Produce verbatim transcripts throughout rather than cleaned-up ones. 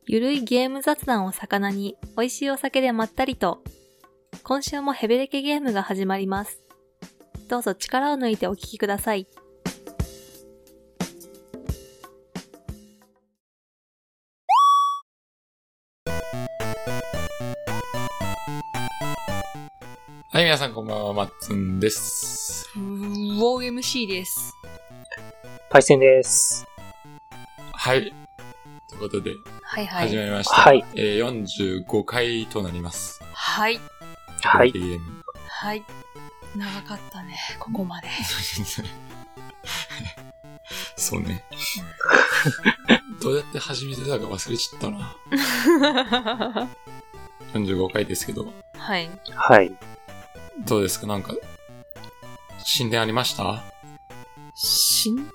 ゆるいゲーム雑談を魚に美味しいお酒でまったりと。今週もヘベレケゲームが始まります。どうぞ力を抜いてお聞きください。 はい、皆さんこんばんは、まっつんです。 ウォー エムシー です。 パイセンです。 はい。ということで、 はいはい。 始まりました。 はい。 えー、よんじゅうごかいとなります。 はい。 はい。 はい。長かったね、ここまで。 そうね。どうやって始めてたか忘れちゃったな。よんじゅうごかいですけど。 はい。 はい。 どうですか、なんか、進展ありました？ 進展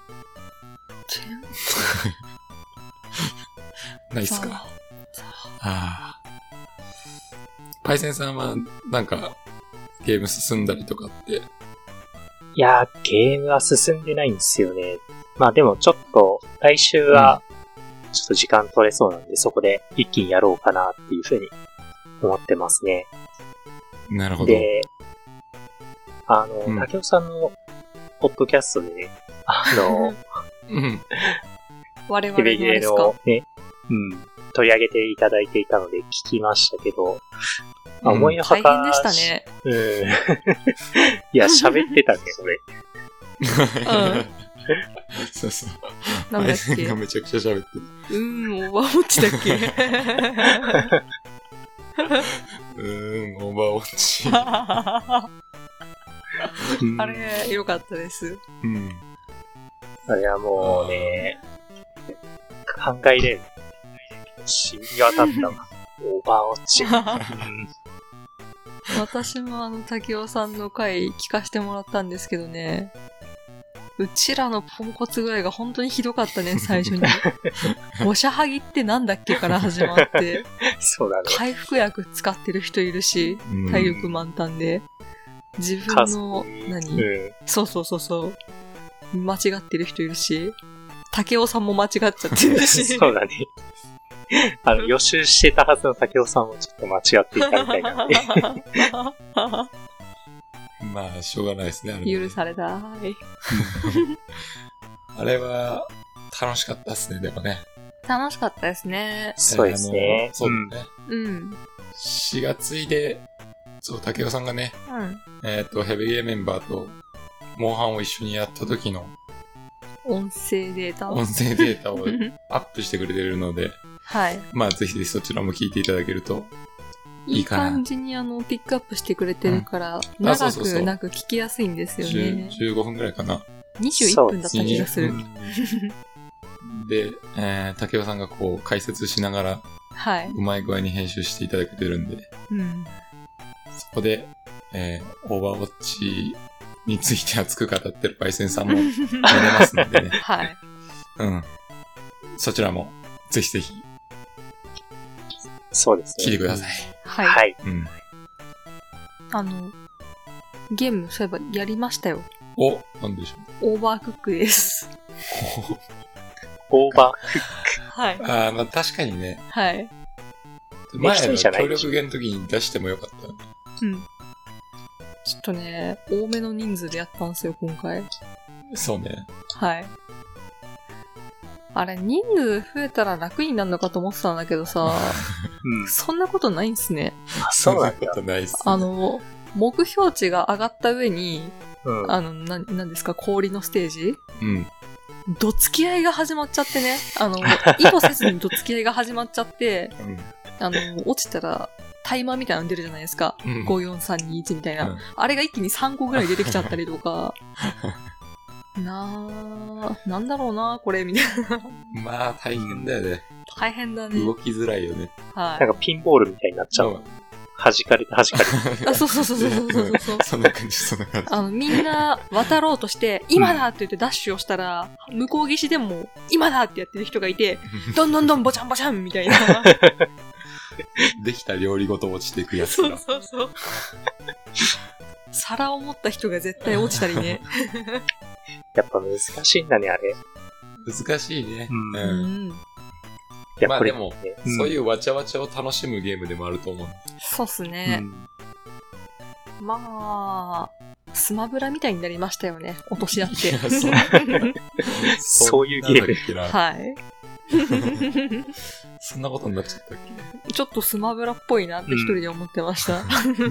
ないっすか？ああ。パイセンさんは、なんか、ゲーム進んだりとかって。 いやー、ゲームは進んでないんですよね。まあでもちょっと、来週は、ちょっと時間取れそうなんで、うん、そこで一気にやろうかなっていうふうに思ってますね。 なるほど。 で、あの、うん、竹尾さんのポッドキャストでね、あの、 うん。 我々のですか？ ヘベゲーのね、うん、取り上げていただいていたので聞きましたけど、うん、思いのほか、 大変でしたね。 うん。いや、喋ってたね、これ。 うん。 そうそう。 なんだっけ？ がめちゃくちゃ喋ってる。 うーん、オーバーウォッチだっけ？ うーん、オーバーウォッチ。 あれ、よかったです。 うん。 あれはもうね、考えれん。染み渡ったわ。オーバーウォッチ。 私もあの、竹尾さんの回聞かせてもらったんですけどね。うちらのポンコツ具合が本当にひどかったね、最初に。おしゃはぎってなんだっけから始まって。 そうだね。 回復薬使ってる人いるし、体力満タンで。自分の、何、うん、そうそうそうそう。間違ってる人いるし、竹尾さんも間違っちゃってるし。 そうだね。あの、予習してたはずの竹尾さんもちょっと間違っていたみたいなんで。 まあ、しょうがないですね、あれ、 ね。許されたい。 あれは、楽しかったですね、でもね。 楽しかったですね。 そうですね。 そうだね。 うん。 しがついで、そう、竹尾さんがね、 うん、 えっと、ヘビゲーメンバーと、モンハンを一緒にやった時の、 音声データ音声データをアップしてくれてるので、 はい。 まあ、ぜひぜひそちらも聞いていただけるといいかな。 いい感じにあの、ピックアップしてくれてるから、うん、長くなく聞きやすいんですよね。 じゅうごふんくらいかな。 にじゅういっぷんだった気がする。 で、えー、竹尾さんがこう解説しながら、 はい。 うまい具合に編集していただけてるんで、 うん。 そこで、えー、オーバーウォッチについて熱く語ってるパイセンさんも見れますのでね。 はい。 うん。そちらも、ぜひぜひ。 そうですね。 聞いてください。 はい。 はい。 うん。 あの、ゲーム、そういえばやりましたよ。 お、なんでしょう。オーバークックです。 オーバークック。 はい。 ああ、まあ確かにね。 はい。 前の協力ゲーの時に出してもよかった。 うん。ちょっとね、多めの人数でやったんですよ、今回。 そうね。 はい。あれ、人数増えたら楽になるのかと思ってたんだけどさ、うん、そんなことないんすね。 あ、そうなんことないっすね。 あの、目標値が上がった上に、 うん、 あの、な、なんですか、氷のステージ？ うん。 どつき合いが始まっちゃってね。あの、意図せずにどつき合いが始まっちゃって、うん、あの、落ちたら、タイマーみたいなの出るじゃないですか。うん、ご、よん、さん、に、いちみたいな、うん。あれが一気にさんこぐらい出てきちゃったりとか。なー、なんだろうな、これ、みたいな。まあ、大変だよね。 大変だね。 動きづらいよね。 はい。 なんかピンボールみたいになっちゃう。弾かれて弾かれて。 あ、そうそうそうそうそうそうそう。 そんな感じ、そんな感じ。 あの、みんな渡ろうとして、今だって言ってダッシュをしたら、うん、向こう岸でも、今だってやってる人がいて、どんどんどんボチャンボチャンみたいな。 できた料理ごと落ちていくやつが。 そうそうそう。皿を持った人が絶対落ちたりね。 やっぱ難しいんだね、あれ。 難しいね。 うん。うん、いやまあでも、 ね、 そういうわちゃわちゃを楽しむゲームでもあると思う。 そうっすね。うん、まあ、スマブラみたいになりましたよね。落とし合って。 そ, そういうゲーム。 はい。 そんなことになっちゃったっけ？ちょっとスマブラっぽいなって一人で思ってました。うん、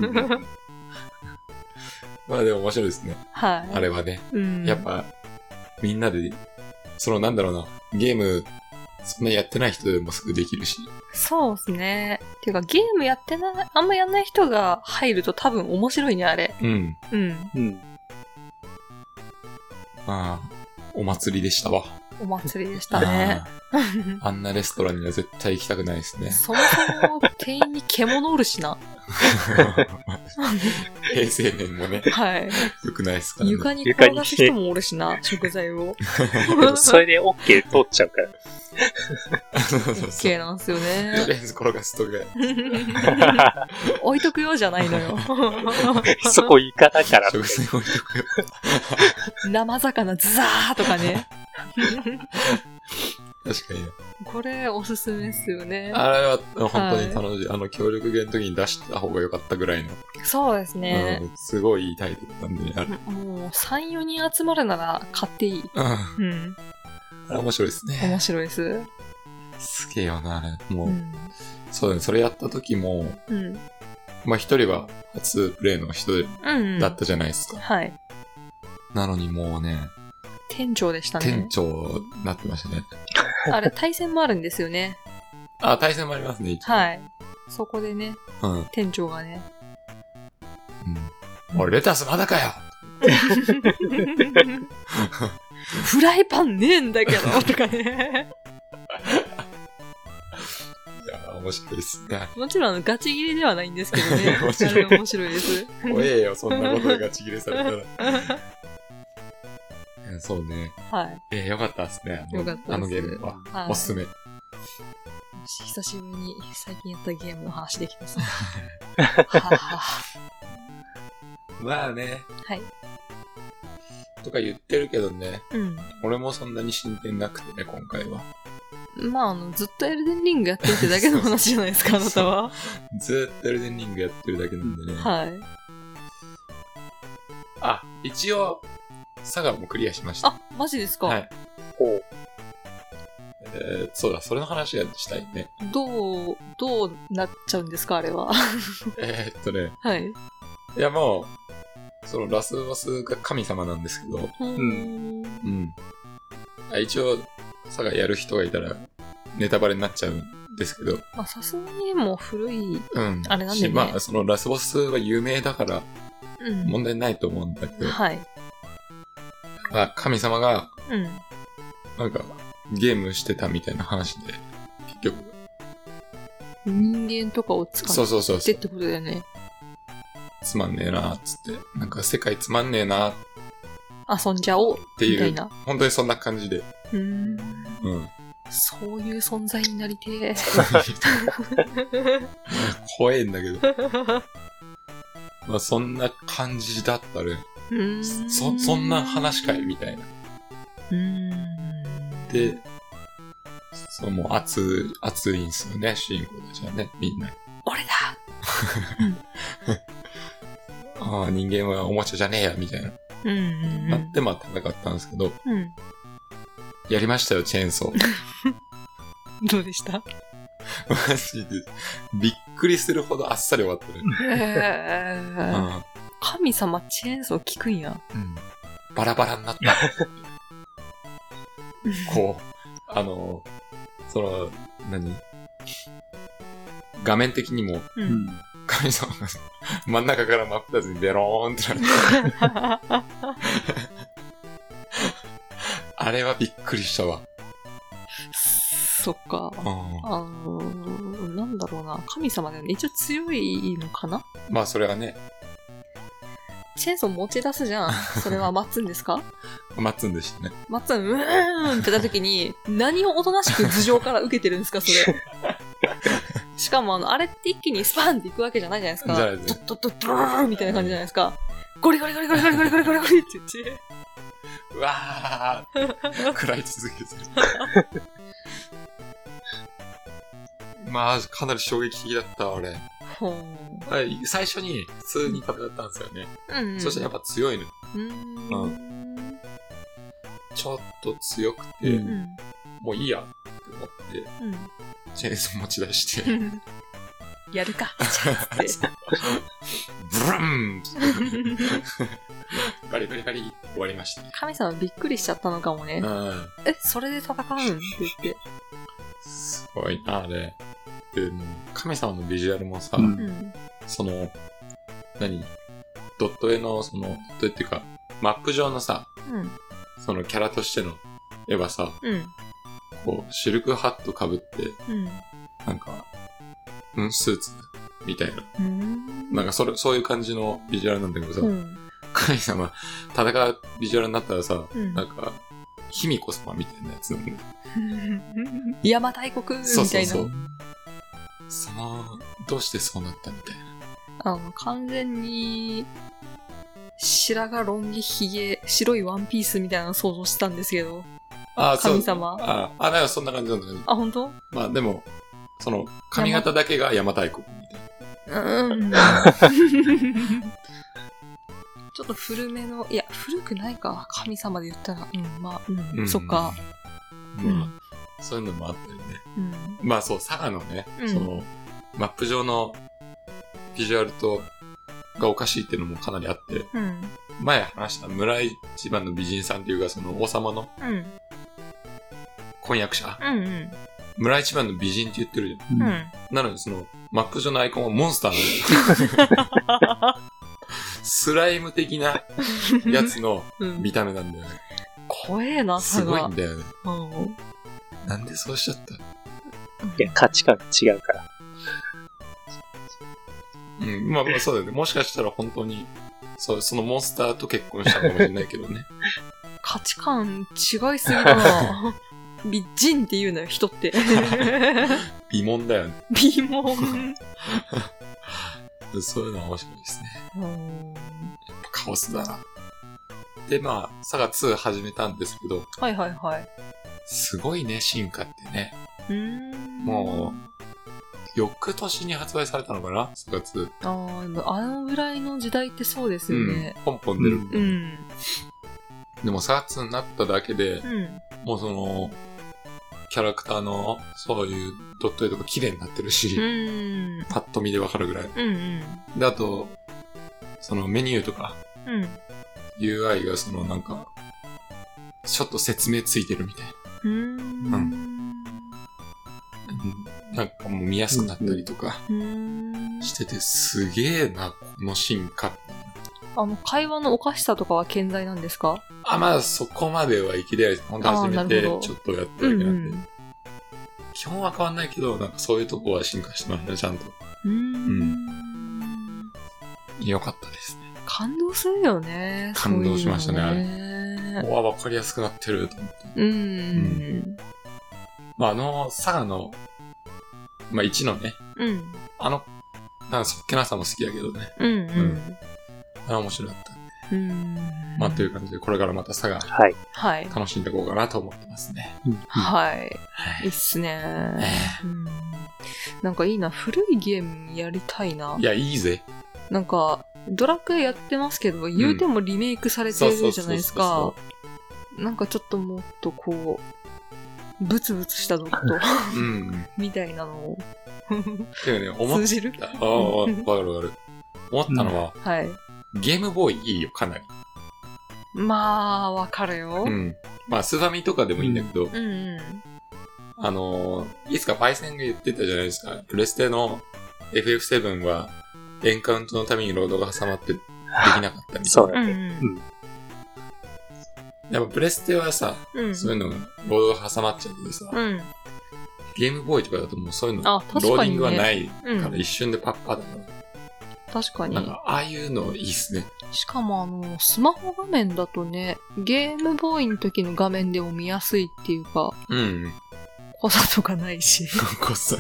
まあでも面白いですね。 はい。 あれはね。 うん、 やっぱ、みんなで、そのなんだろうな、ゲーム、そんなやってない人でもすぐできるし。 そうですね。っていうかゲームやってない、あんまやんない人が入ると多分面白いね、あれ。 うん。 うん。うん。 まあ、お祭りでしたわ。 お祭りでしたね。 あんなレストランには絶対行きたくないですね。 そもそも店員に獣おるしな。 衛生面もね。 はい。 よくないですからね。 床に転がす人もおるしな、食材を。 それで OK 通っちゃうから。 OK なんですよね。 とりあえず転がすとか。 置いとくよじゃないのよ。 そこイカだから。 食材置いとくよ。 生魚ズザーとかね。 確かにね。 これおすすめですよね。 あれは本当に楽しい。はい、あの、協力ゲーの時に出した方が良かったぐらいの。 そうですね。 うん、すごいいいタイトルなんでね、あれ。 もうさん、よにん集まるなら買っていい。 うん。 うん。 あれ面白いですね。 面白いです。 すげえよな、あれ。もう、うん、そうだね、それやった時も、 うん、 まあ一人は初プレイの人だったじゃないですか。 うんうん、はい。 なのにもうね、 店長でしたね。 店長になってましたね。 あれ、対戦もあるんですよね。 あ、対戦もありますね、一応。 はい。そこでね、 うん、 店長がね。 うん。おい、レタスまだかよフライパンねえんだけどとかね。 いや、面白いですね。 もちろんあのガチ切れではないんですけどね。面白い。あれ面白いです。 怖えよ、そんなことでガチ切れされたら。そうね。 はい。 えー、よかったですね。 よかったです。 あのゲームは。はい、おすすめ。 久しぶりに最近やったゲームの話できたさ。ははまあね。 はい。 とか言ってるけどね。 うん。 俺もそんなに進展なくてね、今回は。 まあ、あの、ずっとエルデンリングやってるってだけの話じゃないですか、あなたは。 ずっとエルデンリングやってるだけなんでね。 はい。 あ、一応、サガもクリアしました。 あ、マジですか？ はい。 ほう。 えー、そうだ、それの話がしたいね。 どう、どうなっちゃうんですか、あれは。 えーっとね。 はい。 いや、もう、そのラスボスが神様なんですけど。 うん。 うん。一応、サガやる人がいたら、ネタバレになっちゃうんですけど。 まあ、さすがにもう古い、 うん。 あれなんでね。 まあ、そのラスボスは有名だから、 うん、 問題ないと思うんだけど。 はい。 まあ、神様が、 うん。 なんか、ゲームしてたみたいな話で、結局。 人間とかを使ってそうそうそうってってことだよね。 つまんねえなーっつって。なんか世界つまんねえなー遊んじゃおうっていう。みたいな。 本当にそんな感じで。 うーん。 うん。 そういう存在になりてえ。 怖えんだけど。まあそんな感じだったね。 うーんそ、そんな話かいみたいな。 うーん。 で、そう、もう熱い、熱いんすよね、主人公たちはね、みんな。 俺だああ、人間はおもちゃじゃねえや、みたいな。 うんうんうん、 なって、まあ戦ったんですけど、 うん、 やりましたよ、チェーンソー。 どうでした？ マジで、びっくりするほどあっさり終わってる。 へー、うん、神様、チェーンソー効くんや。 うん。バラバラになった。こう、あの、その、何画面的にも、 うん、 神様が真ん中から真っ二つにベローンってなって。あれはびっくりしたわ。 そっか。あのー、なんだろうな。神様だよね。一応強いのかな？ まあそれはね。 チェーンソー持ち出すじゃん。それはマッツンですか？ マッツンでしたね。 マッツン、うーんって言った時に、何をおとなしく頭上から受けてるんですか、それ。しかも、あの、あれって一気にスパンっていくわけじゃないじゃないですか。 じゃないです。 ドッドッドッドーンみたいな感じじゃないですか。ゴリゴリゴリゴリゴリゴリゴリゴリゴリって言って。 うわー食らい続けてる。 まあ、かなり衝撃的だった、俺。 ほう。 最初に普通に戦ったんですよね。 うん、うん。 そしたらやっぱ強いの。 うーん。うん、 ちょっと強くて、うん、もういいやって思って、うん、チェーンソー持ち出して、 やるか。 ブルンガリガリガリって終わりましたね。 神様びっくりしちゃったのかもね。うん、え、それで戦うんって言って。 すごいな、あれ。で、神様のビジュアルもさ、うん、その、何ドット絵の、その、ドット絵っていうか、マップ上のさ、うん、そのキャラとしての絵はさ、うん、こう、シルクハット被って、うん、なんか、うん、スーツみたいな。うん、なんかそれ、そういう感じのビジュアルなんだけどさ、うん、神様、戦うビジュアルになったらさ、うん、なんか、卑弥呼様みたいなやつなんだよ。 邪馬台国みたいな。そうそうそう。 その、どうしてそうなったみたいな。あの、完全に、白髪ロン毛ひげ、白いワンピースみたいなの想像したんですけど。ああ、神様。 ああ、だからそんな感じなんだね。 あ、本当？ まあでも、その、髪型だけが邪馬台国みたいな。うん。 ちょっと古めの、いや、古くないか。神様で言ったら。うん、まあ、うん、うん、そっか。 まあ、うん、そういうのもあったりね。うん、まあそう、佐賀のね、うん、その、マップ上のビジュアルと、がおかしいっていうのもかなりあって、うん、前話した村一番の美人さんっていうか、その王様の婚約者、うんうん、村一番の美人って言ってるじゃん。うん、なのにその、マップ上のアイコンはモンスターなの。スライム的なやつの見た目なんだよね。 怖えな、 すごいんだよね。うん、なんでそうしちゃった？ いや、価値観が違うから。 うん、まあまあそうだよね。もしかしたら本当に、そう、そのモンスターと結婚したかもしれないけどね。 価値観違いすぎだな。美人って言うのよ、人って。 美門だよね。 美門。 そういうのは面白いですね。やっぱカオスだな。で、まあ、サガツー始めたんですけど。 はいはいはい。 すごいね、進化ってね。うーんもう、翌年に発売されたのかな ?サガツー。 ああ、あのぐらいの時代ってそうですよね。 うん、ポンポン出る。うん。でもサガツーになっただけで、うん、もうその、キャラクターの、そういうドット絵とか綺麗になってるし、うん、パッと見でわかるぐらい。うんうん、で、あと、そのメニューとか、うん、ユーアイ がそのなんか、ちょっと説明ついてるみたいな。うん。うん。なんかもう見やすくなったりとか、してて、すげえな、この進化。 あの、会話のおかしさとかは健在なんですか？ あ、まあそこまでは生きれないです。本当初めてちょっとやっただけなんで。うんうん、基本は変わんないけど、なんかそういうとこは進化してますね、ちゃんと。うーん。うん。よかったですね。 感動するよね。 感動しましたね、あれ。うわ、わかりやすくなってると思って。うん。うん。まあ、あの、サガの、まあ、いちのね。うん。あの、なんかそっけなさも好きだけどね。うん、うん。うん。あれ面白かったんで。うん。まあ、という感じで、これからまたサガ、はい。はい。楽しんでいこうかなと思ってますね。 はい。はい、いいっすね、うん。なんかいいな、古いゲームやりたいな。 いや、いいぜ。 なんか、ドラクエやってますけど、言うてもリメイクされてるじゃないですか。なんかちょっともっとこう、ブツブツしたドット、うん、みたいなのを。 てかね、思った。通じる？ああ、わかるわかる。思ったのは、うん、はい。ゲームボーイいいよ、かなり。 まあ、わかるよ。うん。 まあ、スーファミとかでもいいんだけど、うん、うんうん、あのー、いつかパイセンが言ってたじゃないですか。プレステの エフエフセブン は、エンカウントのためにロードが挟まってできなかったみたいな。 そうだね。うん、 やっぱプレステはさ、うん、そういうのロードが挟まっちゃってさ、うん、ゲームボーイとかだともうそういうの、ローディングはないから一瞬でパッパだから。 確かに。 なんか、ああいうのいいっすね。 しかもあの、スマホ画面だとね、ゲームボーイの時の画面でも見やすいっていうか、うん。濃さとかないし。 濃さ。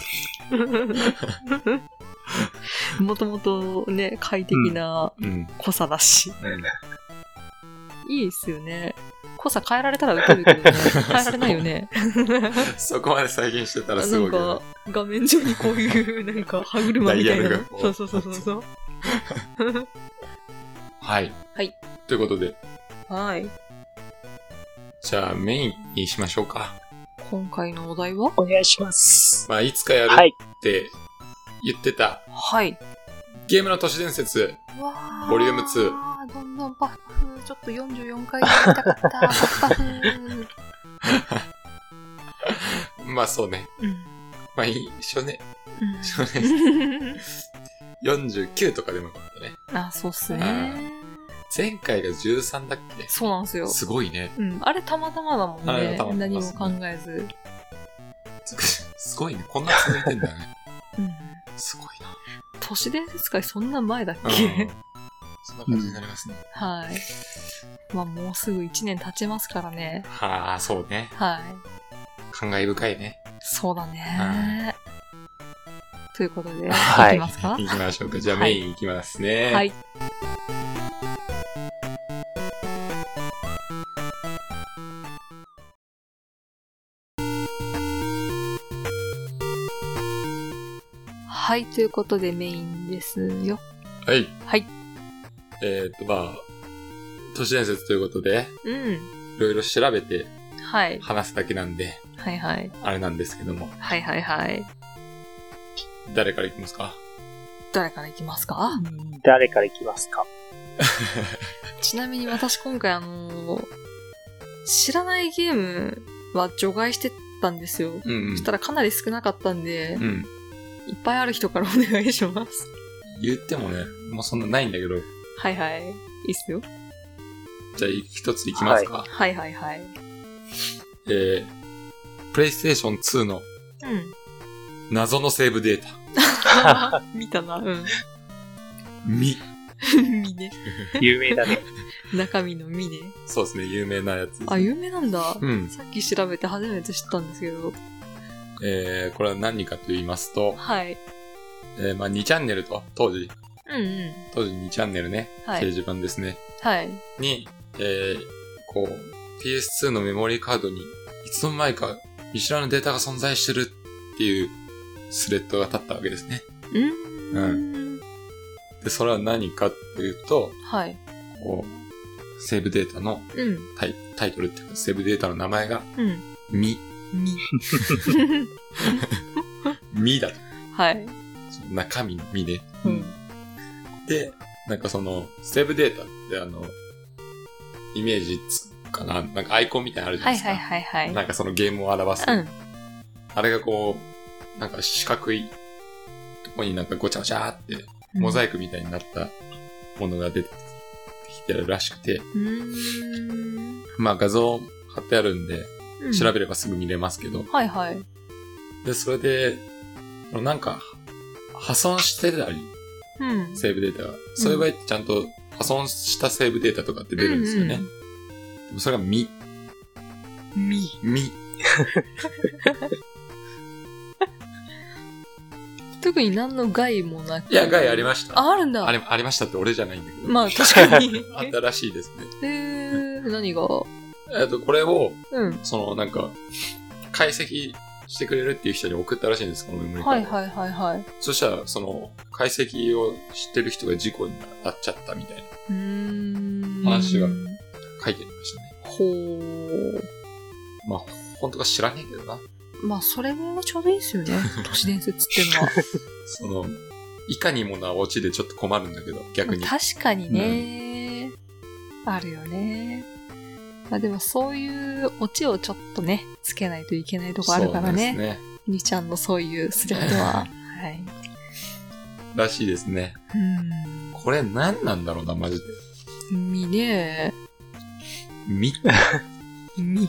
もともとね、快適な濃さだし。うんうん、 いいっすよね。濃さ変えられたらウケるけどね。変えられないよね。 そこまで再現してたらすごいけど、ね。 なんか、画面上にこういう、なんか、歯車みたいな。そうそうそうそう。 はい。 はい。 ということで。 はい。 じゃあメインにしましょうか。 今回のお題はお願いします。 まあ、いつかやるって言ってた。 はい。 ゲームの都市伝説。ボリュームツー。 どんどんパフ、ちょっとよんじゅうよんかいやりたかった。パフ。 まあそうね。 うん、 まあいい、一緒ね。一緒ね。よんじゅうきゅうとかでもよかったね。 あ、そうっすね。 前回がじゅうさんだっけ？ そうなんですよ。 すごいね。 うん。あれたまたまだもんね。何も考えず。 すごいね。こんな続いてんだね。 うん。 すごいな。 都市伝説会そんな前だっけ？うん、 そんな感じになりますね。 うん、はい。まあもうすぐいちねん経ちますからね。 はあ、そうね。 はい。 感慨深いね。 そうだね。ということで、 はい、 いきますか？ 行きましょうか。じゃあメインいきますね。 はい。はい、ということでメインですよ。 はい。 はい。 えー、っと、まあ、都市伝説ということで、 うん。 いろいろ調べて、 はい。 話すだけなんで、 はいはい。 あれなんですけども。 はいはいはい。 誰からいきますか？ 誰からいきますか？ 誰からいきますか？ ちなみに私今回あのー、知らないゲームは除外してたんですよ。 うんうん、 そしたらかなり少なかったんで、 うん、 いっぱいある人からお願いします。 言ってもね、もうそんなないんだけど。 はいはい。いいっすよ。 じゃあ一ついきますか。 はい、はいはいはい。 えー、プレイステーションツーの謎のセーブデータ。うん、見たな。うん。 み。 みね。 有名だね。 中身のみね。 そうですね、有名なやつ、ね。 あ、有名なんだ。 うん。 さっき調べて初めて知ったんですけど。 えー、これは何かと言いますと、 はい。 えー、まあにチャンネルと、当時。 うんうん。 当時にチャンネルね。はい、掲示板ですね。 はい。 に、えー、こう、ピーエスツー のメモリーカードに、いつの間にか見知らぬデータが存在してるっていうスレッドが立ったわけですね。 うん。うん。 で、それは何かというと、 はい。 こう、セーブデータのタイ、うん、タイトルっていうか、セーブデータの名前が、 うん。 み。 み。 みだと。 はい。 中身のみね。 うん。 で、なんかその、セーブデータってあの、イメージつかな、なんかアイコンみたいなのあるじゃないですか。はいはいはいはい。なんかそのゲームを表す。うん。あれがこう、なんか四角いとこになんかごちゃごちゃって、モザイクみたいになったものが出てきてるらしくて。 うーん。 まあ画像貼ってあるんで、うん、調べればすぐ見れますけど。 はいはい。 で、それで、なんか、破損してたり、 うん、 セーブデータが。そういう場合ってちゃんと破損したセーブデータとかって出るんですよね。うんうん、でもそれがみ。 み。 み。 特に何の害もなく。 いや、害ありました。 あ、あるんだ。 あり、ありましたって俺じゃないんだけど。 まあ確かに。 あったらしいですね。 へー、何がえっと、これを、 うん、 そのなんか、解析してくれるっていう人に送ったらしいんです、このメモリカード。 はいはいはいはい。 そしたら、その、解析を知ってる人が事故になっちゃったみたいな。 うーん。 話が書いてありましたね。 ほー。 まあ、本当か知らねえけどな。 まあ、それがちょうどいいですよね。都市伝説っていうのは。 その、いかにもなオチでちょっと困るんだけど、逆に。 確かにね、うん。あるよね。まあでもそういうオチをちょっとね、つけないといけないとこあるからね。そうですね。みちゃんのそういうスレッドは。はい。 らしいですね。 うん。 これ何なんだろうな、マジで。 みねみみ。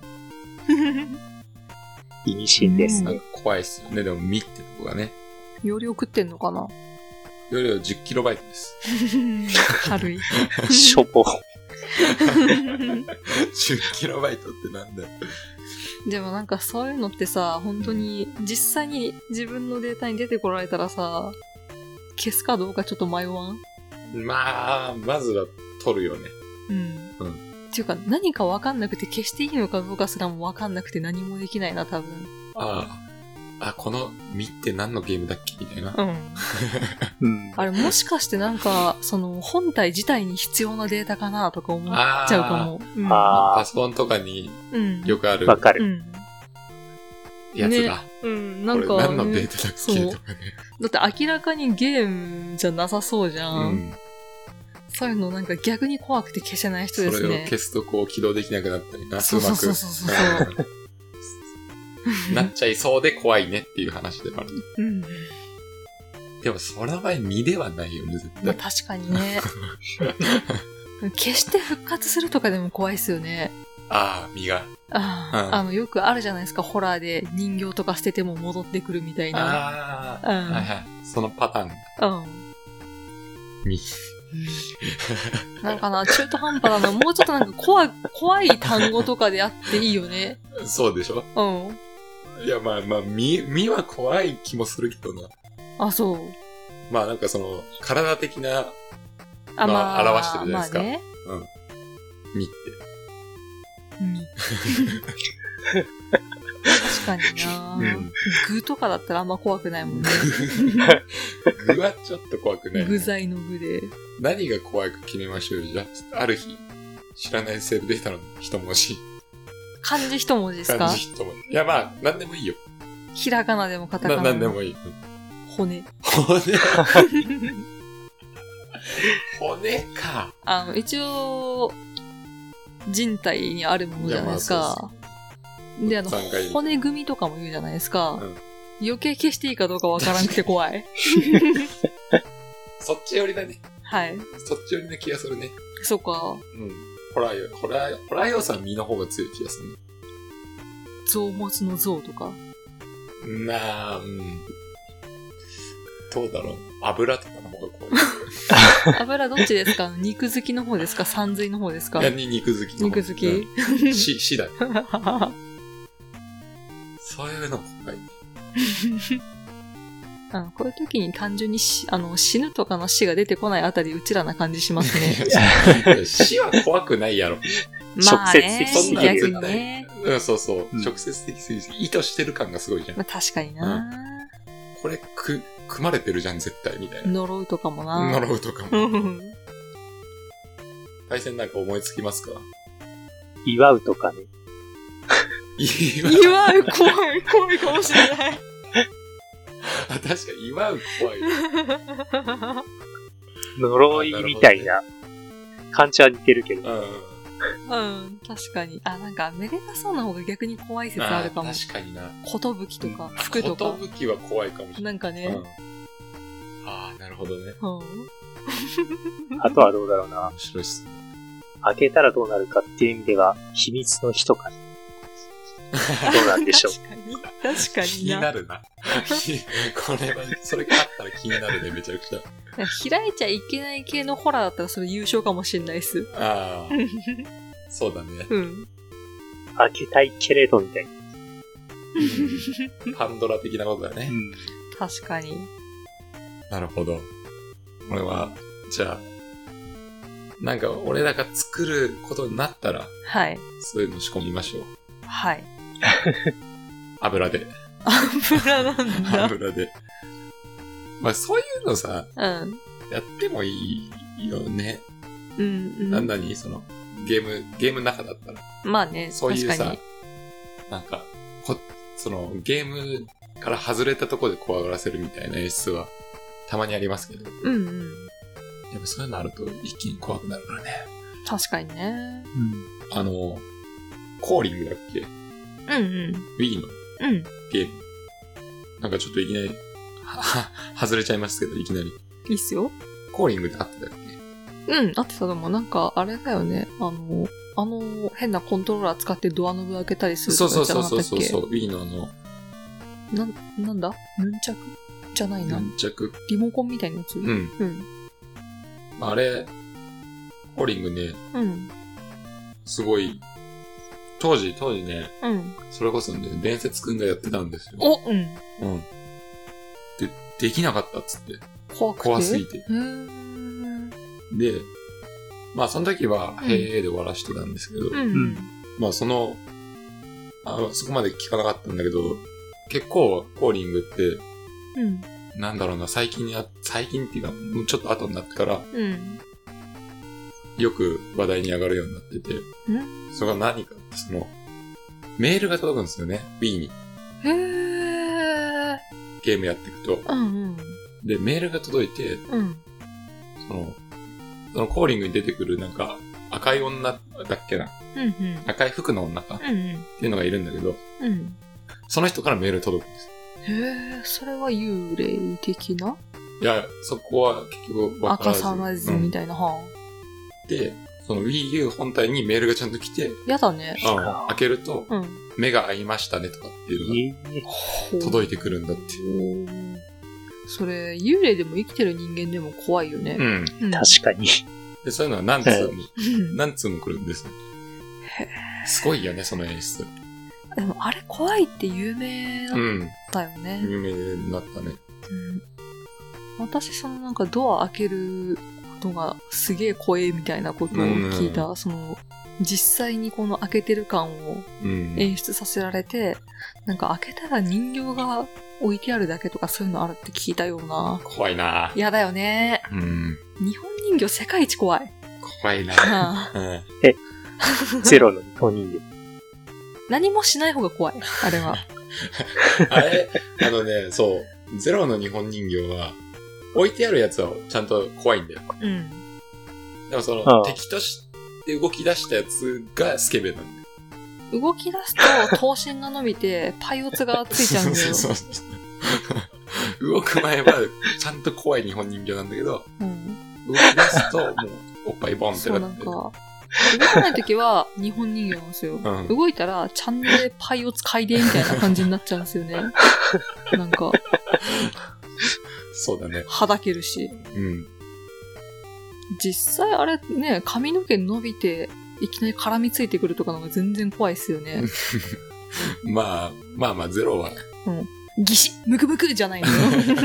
意味深ですね。 なんか怖いっすよね、でもみってとこがね。 容量食ってんのかな？ 容量 じゅっキロバイト です。 軽い。 しょぼ。 じゅっキロバイト ってなんだよ。 でもなんかそういうのってさ、本当に実際に自分のデータに出てこられたらさ、消すかどうかちょっと迷わん？ まあ、まずは取るよね。 うん。 うん。 っていうか、何かわかんなくて消していいのかどうかすらもわかんなくて何もできないな、多分。 ああ。あ、この実って何のゲームだっけみたいな。 うん。あれもしかしてなんか、その本体自体に必要なデータかなとか思っちゃうかも。うん、 パソコンとかによくある。 わ、うん、かる。 うんやつだ。 ね、うん、なんか、 これ何のデータだっけ、ね、とかね。 だって明らかにゲームじゃなさそうじゃん。うん、そういうのなんか逆に怖くて消せない人ですね。 それを消すとこう起動できなくなったりな、 そうそうそうそうそう。 なっちゃいそうで怖いねっていう話ではある。 うん、 でもその場合身ではないよね、絶対。 まあ、確かにね。消して復活するとかでも怖いですよね。 ああ、身が。 ああ、うん、あの、よくあるじゃないですか、ホラーで人形とか捨てても戻ってくるみたいな。 ああ、うん、はいはい。そのパターン。 うん。 身。 なんかな、中途半端なの、もうちょっとなんか怖い、怖い単語とかであっていいよね。 そうでしょ？うん。いや、まあまあ、身、身は怖い気もするけどな。 あ、そう。 まあなんかその、体的な、あ、まあ、表してるじゃないですか。まあね、うん。身って。 確かにな、うん、具とかだったらあんま怖くないもんね。 具はちょっと怖くない、ね、 具材の具で。 何が怖いか決めましょうよ。じゃあ、ある日、知らないセーブデータの一文字。 漢字一文字ですか？ 漢字一文字。いやまあ、なんでもいいよ。 ひらがなでもカタカナでも。 なんでもいい。 骨。 骨骨か。 あの、一応、人体にあるものじゃないですか。で、あの、骨組みとかも言うじゃないですか。うん、余計消していいかどうかわからなくて怖い。 そっち寄りだね。 はい。 そっち寄りな気がするね。 そうか。 うん。ホラーよ、ホラー、ホラー要素は身の方が強い気がするね。 臓物の臓とか。 なあ、うん。どうだろう。油とかの方が怖い。 油どっちですか？肉好きの方ですか？山水の方ですか？ いや、肉好きの方。肉好き、 うん、し、死だね。そういうの怖いね。 あ、こういう時に単純にしあの死ぬとかの死が出てこないあたりうちらな感じしますね。 死は怖くないやろ。 まあね、 直接的逆にね。 うん、そうそう。うん、直接的すぎて意図してる感がすごいじゃん。 まあ、確かにな、うん、 これく、組まれてるじゃん、絶対、みたいな。 呪うとかもな。 呪うとかも。対戦なんか思いつきますか？ 祝うとかね。 祝う。祝う、怖い、怖いかもしれない。 あ、確かに祝う怖い。 呪いみたいな感じは似てるけど。 うん、うん、確かに。あ、なんか、めでたそうな方が逆に怖い説あるかも。 確かにな。 ことぶきとか、服とか。 ことぶきは怖いかもしれない。 なんかね。うん、 ああ、なるほどね。 うん、 あとはどうだろうな。 面白いっすね。 開けたらどうなるかっていう意味では、秘密の日とか、どうなんでしょう。 確かに。確かにな。 気になるな。これは、それがあったら気になるね、めちゃくちゃ。 開いちゃいけない系のホラーだったらそれ優勝かもしれないっす。 ああ。そうだね。 うん。 開けたいけれど、みたいな。 うん、パンドラ的なことだね。うん、 確かに。 なるほど。これは、じゃあ、なんか俺らが作ることになったら、 はい。 そういうの仕込みましょう。 はい。 油で。 油なんだ。 油で。まあそういうのさ、 うん、 やってもいいよね。 うん、うん。 なんだにその、ゲーム、ゲームの中だったら。 まあね、 そういうさ確かに、 なんか、こ、その、ゲームから外れたところで怖がらせるみたいな演出は、たまにありますけど。 うんうん。 やっぱそういうのあると一気に怖くなるからね。 確かにね。 うん。あの、コーリングだっけ？ うんうん。 Wii のうん。 ゲーム。なんかちょっといきなり、は、外れちゃいますけど、いきなり。 いいっすよ。 コーリングってあってたっけ？うん、あってたと思う。なんか、あれだよね。あの、あの、変なコントローラー使ってドアノブ開けたりするとかそうそうそうそうそう。Wii のあの、 な、なんだヌンチャクじゃないな。 ヌンチャクリモコンみたいなやつ？ うん。 うん。 あれ、コーリングね、 うん。 すごい、当時、当時ね、 うん。 それこそね、伝説くんがやってたんですよ。 おうん。 うん。で、できなかったっつって。 怖くて怖すぎて。 へー。 で、 まあその時は、へーで終わらしてたんですけど、 うんうん、 まあその、あそこまで聞かなかったんだけど、結構コーリングって、うん、なんだろうな、最近や、最近っていうか、もうちょっと後になってから、うん、よく話題に上がるようになってて、うん、それが何かって、その、メールが届くんですよね、Wii に。 へー。 ゲームやっていくと。うんうん、で、メールが届いて、うん、その、そのコーリングに出てくるなんか、赤い女だっけな、うんうん、赤い服の女か、うんうん、っていうのがいるんだけど、うん、その人からメール届くんです。 へー、それは幽霊的な？ いや、そこは結局分からず。 赤さまずみたいな、うん、はあ。で、その Wii U 本体にメールがちゃんと来て、 やだね。 うん、開けると、うん、目が合いましたねとかっていうのが届いてくるんだって。 それ、幽霊でも生きてる人間でも怖いよね。 うん。うん、確かに。 で、そういうのは何通も、何通も来るんです。すごいよね、その演出。 でも、あれ怖いって有名だったよね。 うん、有名になったね。 うん、私、そのなんかドア開けるのがすげえ怖いみたいなことを聞いた、うん、その、実際にこの開けてる感を演出させられて、うん、なんか開けたら人形が置いてあるだけとかそういうのあるって聞いたような。 怖いな。 やだよね。うん。日本人形世界一怖い。 怖いな。はあ、え、ゼロの日本人形。 何もしない方が怖い。あれは。 あれ、あのね、そう、ゼロの日本人形は置いてあるやつはちゃんと怖いんだよ。うん。でもその、ああ敵として動き出したやつがスケベなんだよ。動き出すと頭身が伸びてパイオツがついちゃうんだよ。そうそうそう。 動く前はちゃんと怖い日本人形なんだけど、うん、動き出すともうおっぱいボンってなって。そうなんか、動かないときは日本人形なんですよ。うん、動いたらチャンネルでパイオツ嗅いでみたいな感じになっちゃうんですよね。なんか。 そうだね。 はだけるし。うん。実際あれね、髪の毛伸びていきなり絡みついてくるとかのが全然怖いですよね。 まあ、まあまあゼロは。 うん。ギシッムクムクじゃないのよ。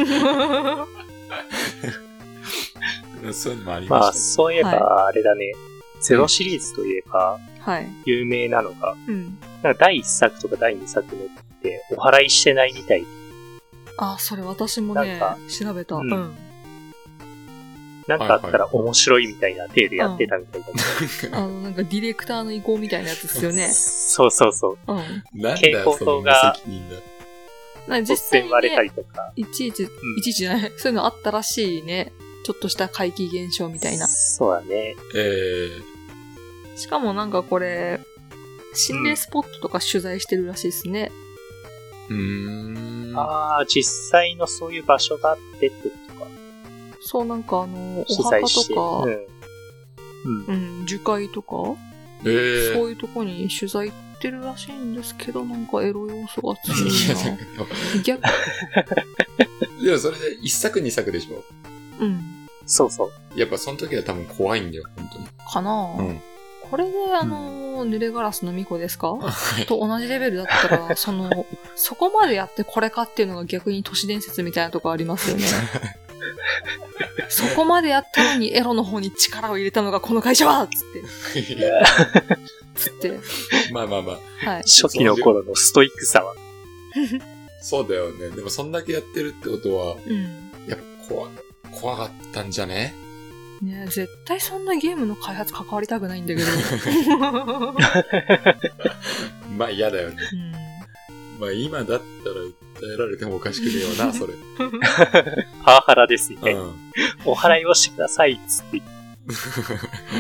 そういうのもありましたね。 まあそういえばあれだね。はい、ゼロシリーズといえば、はい。有名なのが、うん、なんかだいいっさくとかだいにさく目ってお祓いしてないみたい。 あ、それ私もね、調べた。うん。うん、 なんかあったら面白いみたいな体でやってたみたいだけど、うん、あの、なんかディレクターの意向みたいなやつですよね。 そうそうそう。うん。 なんだよ、その無責任だ。 なんか実際に、ね、割れたりとか。いちいち、うん、いちいちじゃない。そういうのあったらしいね。ちょっとした怪奇現象みたいな。 そうだね。 えー。しかもなんかこれ、心霊スポットとか取材してるらしいですね。 うーん。 ああ、実際のそういう場所があってってことか。 そう、なんかあの、お墓とか、うん。うん、樹海とか、 えー、 そういうとこに取材行ってるらしいんですけど、なんかエロ要素が強いな。逆でもそれで一作二作でしょ？ うん。 そうそう。 やっぱその時は多分怖いんだよ、本当に。 かなぁ。うん。これであの、うん、濡れガラスの巫女ですかと同じレベルだったら、その、そこまでやってこれかっていうのが逆に都市伝説みたいなとこありますよね。そこまでやったのにエロの方に力を入れたのがこの会社はつって。つって。 まあまあまあ。はい。 初期の頃のストイックさは。 そうだよね。でもそんだけやってるってことは、うん、やっぱ怖、怖かったんじゃね？ ねえ、絶対そんなゲームの開発関わりたくないんだけど。 まあ嫌だよね。うん、まあ今だったら訴えられてもおかしくねえよな、それ。 パワハラですね。うん、お祓いをしてください、つって。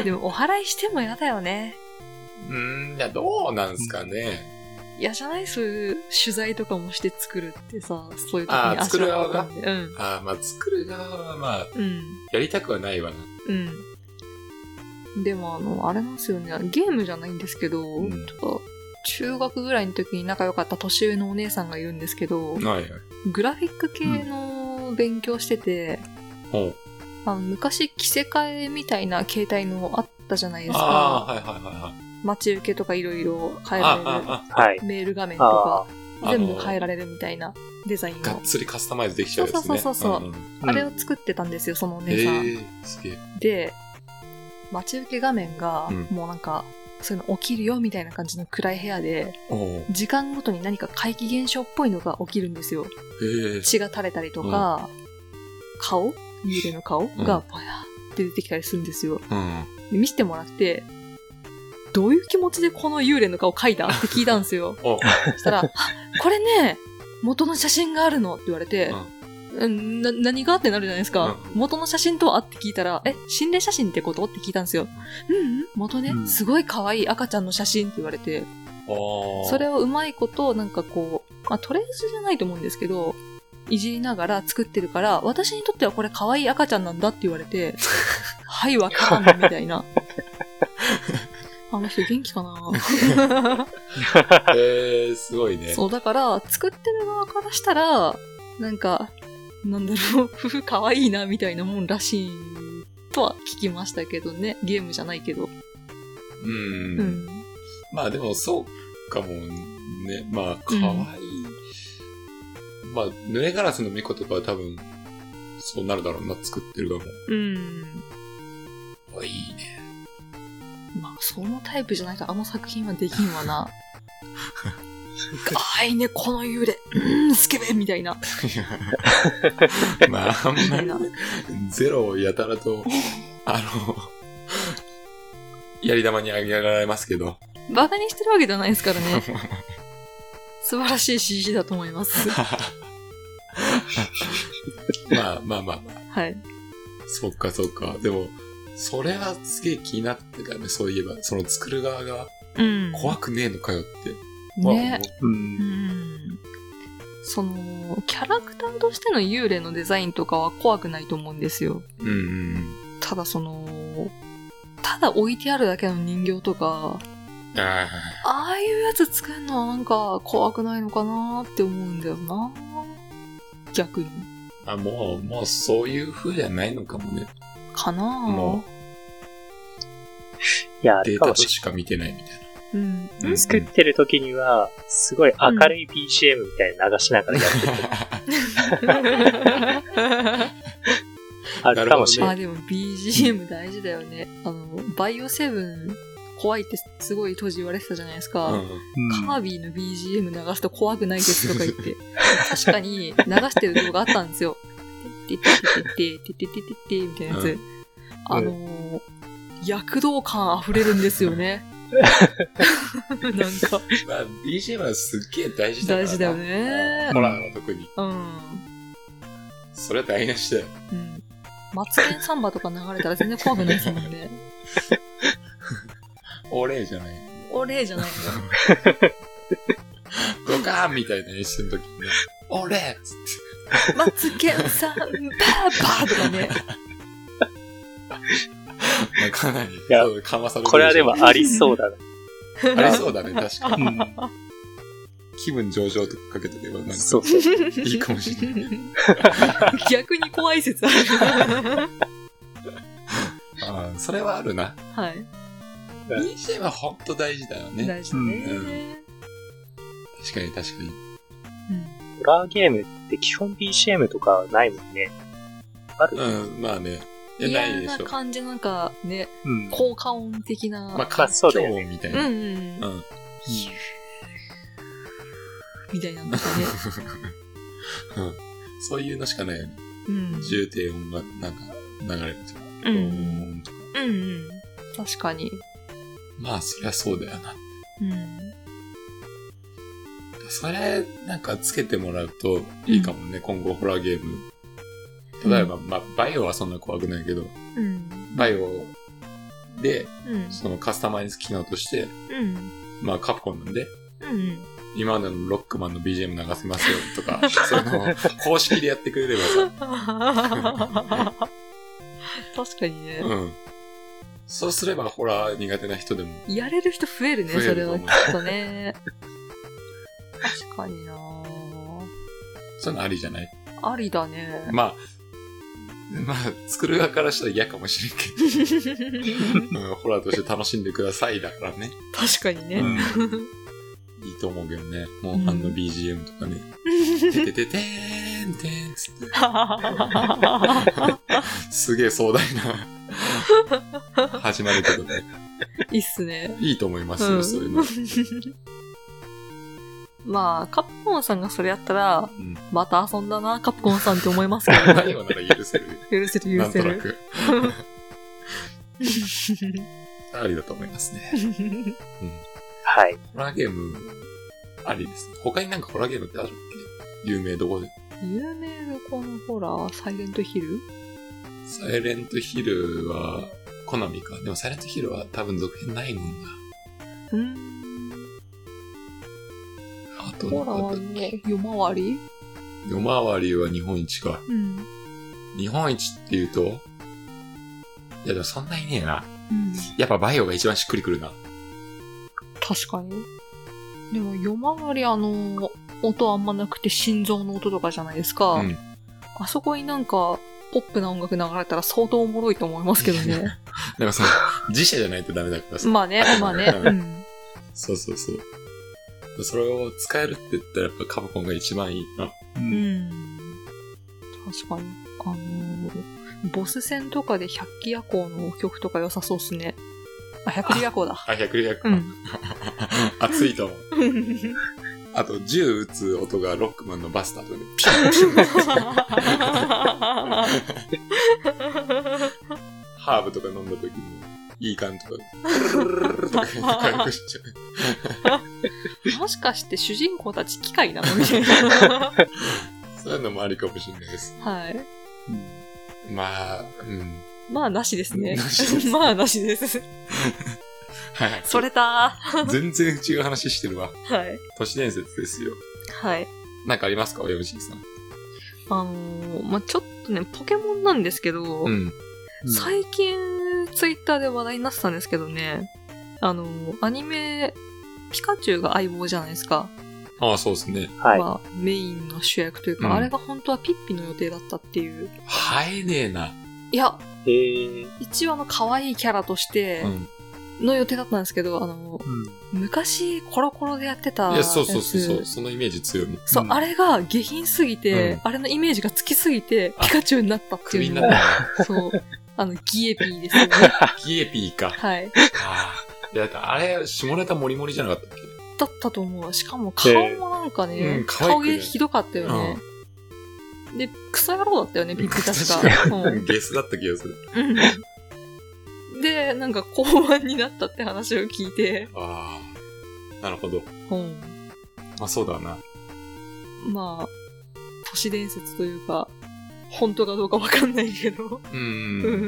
でもお祓いしても嫌だよね。 うーん、いや、どうなんすかね。 嫌じゃない？そういう取材とかもして作るってさ、そういう時に足を運んで。うん。 ああ、まあ作る側はまあ、うん、やりたくはないわな。 うん。でもあの、あれなんですよね。ゲームじゃないんですけど、うん、ちょっと中学ぐらいの時に仲良かった年上のお姉さんがいるんですけど、 はいはい、 グラフィック系の勉強してて、うん、あの昔着せ替えみたいな携帯のあったじゃないですか。 ああ、はいはいはいはい。 待ち受けとかいろいろ変えられる。はい、メール画面とか全部変えられるみたいなデザインを。 がっつりカスタマイズできちゃうやつね。 そうそうそうそう、うんうん。あれを作ってたんですよ、そのお姉さん。 えー、すげえ。 で、 待ち受け画面が、もうなんか、そういうの起きるよみたいな感じの暗い部屋で、時間ごとに何か怪奇現象っぽいのが起きるんですよ。血が垂れたりとか、顔幽霊の顔がぼやーって出てきたりするんですよ。で見せてもらって、どういう気持ちでこの幽霊の顔描いたって聞いたんですよ。そしたら、これね、元の写真があるのって言われて、な、何がってなるじゃないですか。うん、元の写真とはって聞いたら、え、心霊写真ってことって聞いたんですよ。うんうん、元ね、うん、すごい可愛い赤ちゃんの写真って言われて、それをうまいこと、なんかこう、まあ、トレースじゃないと思うんですけど、いじりながら作ってるから、私にとってはこれ可愛い赤ちゃんなんだって言われて、はい、わからんのみたいな。あの人元気かなえー、すごいね。 そう、だから、作ってる側からしたら、なんか、なんだろう、夫婦可愛いな、みたいなもんらしい、とは聞きましたけどね。ゲームじゃないけど。 うーん。うん、まあでも、そうかもね。まあ、可愛い。うん、まあ、濡れガラスの巫女とかは多分、そうなるだろうな、作ってる側も。うん。あ、いいね。 まあ、そのタイプじゃないとあの作品はできんわな。可愛いね、この幽霊。うーん、スケベみたいな。 まあ、あんまりゼロをやたらと、あの、やり玉にあげられますけど。 バカにしてるわけじゃないですからね。素晴らしい シージー だと思います。 まあまあまあまあ。 はい。 そっかそっか。でも、それはすげえ気になってたよね、そういえば。その作る側が、怖くねえのかよって。 うん、ね、うん。うん。その、キャラクターとしての幽霊のデザインとかは怖くないと思うんですよ。うん。ただその、ただ置いてあるだけの人形とか、ああいうやつ作るのはなんか怖くないのかなって思うんだよな。逆に。 あ、もう、もうそういう風じゃないのかもね。 かなぁ。もう、いや、 データとしか見てないみたいな。 うんうん、作ってる時には、すごい明るい ビージーエム みたいな流しながらやってる。あるかもしれない。 あ、でも ビージーエム 大事だよね。あの、バイオセブン怖いってすごい当時言われてたじゃないですか。うん、カービィの ビージーエム 流すと怖くないですとか言って。確かに流してる動画あったんですよ。てってってってってってってってみたいなやつ。うん、あのー、躍動感溢れるんですよね。なんか。 まあ、ビージーエム はすっげえ大事だからな。 大事だよね。 ホラーの特に。うん。それは台無しだよ。うん。 マツケンサンバとか流れたら全然怖くないですもんね。 オレーじゃない。 オレーじゃないの。 ドカーンみたいな演出の時にね、オレーっつって。マツケンサンバーバーとかね。 まあ、かなり、かまされる。 これはでもありそうだね。 ありそうだね、確かに。うん、気分上々とかかけとけば、なんか、そうそういいかもしれない。 逆に怖い説ある。 ああ、それはあるな。はい。ビージーエム はほんと大事だよね。 大事だね、うん。 確かに確かに。 うん、ホラーゲームって基本 ビージーエム とかないもんね。ある？ うん、まあね。 嫌な感じなんかね、うん、効果音的な。 まあ、環境音みたいな。うんうん。うん。 みたいなんだね。 うん。そういうのしかないよね。うん。重低音がなんか流れるとか。うん。音とか。 うんうん。確かに。 まあ、そりゃそうだよな。うん。それ、なんかつけてもらうといいかもね、うん、今後ホラーゲーム。例えば、うん、まあ、バイオはそんな怖くないけど、うん、バイオで、うん、そのカスタマイズ機能として、うん、まあ、カプコンなんで、うん、今までのロックマンの ビージーエム 流せますよとか、そういうのを公式でやってくれればさ。確かにね。うん。 そうすればホラー苦手な人でも。 やれる人増えるね、それはきっとね。確かになぁ。 そういうのありじゃない？ ありだね。 まあ、まあ、作る側からしたら嫌かもしれんけど、うん、ホラーとして楽しんでくださいだからね。 確かにね。うん、 いいと思うけどね。モンハンの ビージーエム とかね。ててててーんてーんつって。すげえ壮大な始まるけどね。 いいっすね。 いいと思いますよ、うん、そういうの。 まあ、カプコンさんがそれやったら、うん、また遊んだな、カプコンさんって思いますけどね。 何をなら許せる。 許せる、許せる。 なんとなく。ありだと思いますね。うん、 はい。 ホラーゲーム、ありですね。他になんかホラーゲームってあるっけ？有名どこで？ 有名どこのホラー、サイレントヒル？ サイレントヒルは、コナミか。でもサイレントヒルは多分続編ないもんな。 うーん。 あとホラーの夜回り？ 夜回りは日本一か。 うん。 日本一って言うと、いやでもそんないねえな。 うん、 やっぱバイオが一番しっくりくるな。 確かに。でも夜回りあの、音あんまなくて心臓の音とかじゃないですか。うん、あそこになんか、ポップな音楽流れたら相当おもろいと思いますけどね。 なんかその、自社じゃないとダメだからさ。 まあね、まあね。うん、 そうそうそう。それを使えるって言ったらやっぱカプコンが一番いいな。 うん。確かに。あのー、ボス戦とかで百鬼夜行の曲とか良さそうっすね。あ、百里夜行だ。 あ、百里夜行。うん。熱いと思う。あと、銃撃つ音がロックマンのバスターとかで、ピシュンピシュンハーブとか飲んだ時に、いい感じとか、とか回復しちゃう。もしかして主人公たち機械なのみたいな。 そういうのもありかもしれないです。 はい。 うん、まあ、うん。 まあ、なしですね。まあ、なしです。 はい。 それだー。全然違う話してるわ。 はい。 都市伝説ですよ。 はい。 なんかありますか、およしさん。 あのー、まあ、ちょっとね、ポケモンなんですけど、うん、最近、ツイッターで話題になってたんですけどね、あのー、アニメ、ピカチュウが相棒じゃないですか。 ああ、そうですね。 はい。 まあ、メインの主役というか、うん、あれが本当はピッピの予定だったっていう。 はえねえな。 いや、 へー、 一応あの、可愛いキャラとして、うんの予定だったんですけど、あの、うん、昔コロコロでやってたやつ。 いや、そうそうそうそう、そのイメージ強いもん。 そう、うん、あれが下品すぎて、うん、あれのイメージがつきすぎて、ピカチュウになったっていうの。 首になった。 そう。あの、ギエピーですよね。 ギエピーか。 はい。 ああ。いや、あれ、下ネタモリモリじゃなかったっけ？ だったと思う。しかも顔もなんかね、えーうん、顔芸ひどかったよね。うん、で、クソ野郎だったよね、ピッピ確か。 うん、ゲスだった気がする。 うんで、なんか、公安になったって話を聞いて。 ああ、なるほど。 うん。 まあ、そうだな。 まあ、都市伝説というか、本当かどうかわかんないけど。 うん。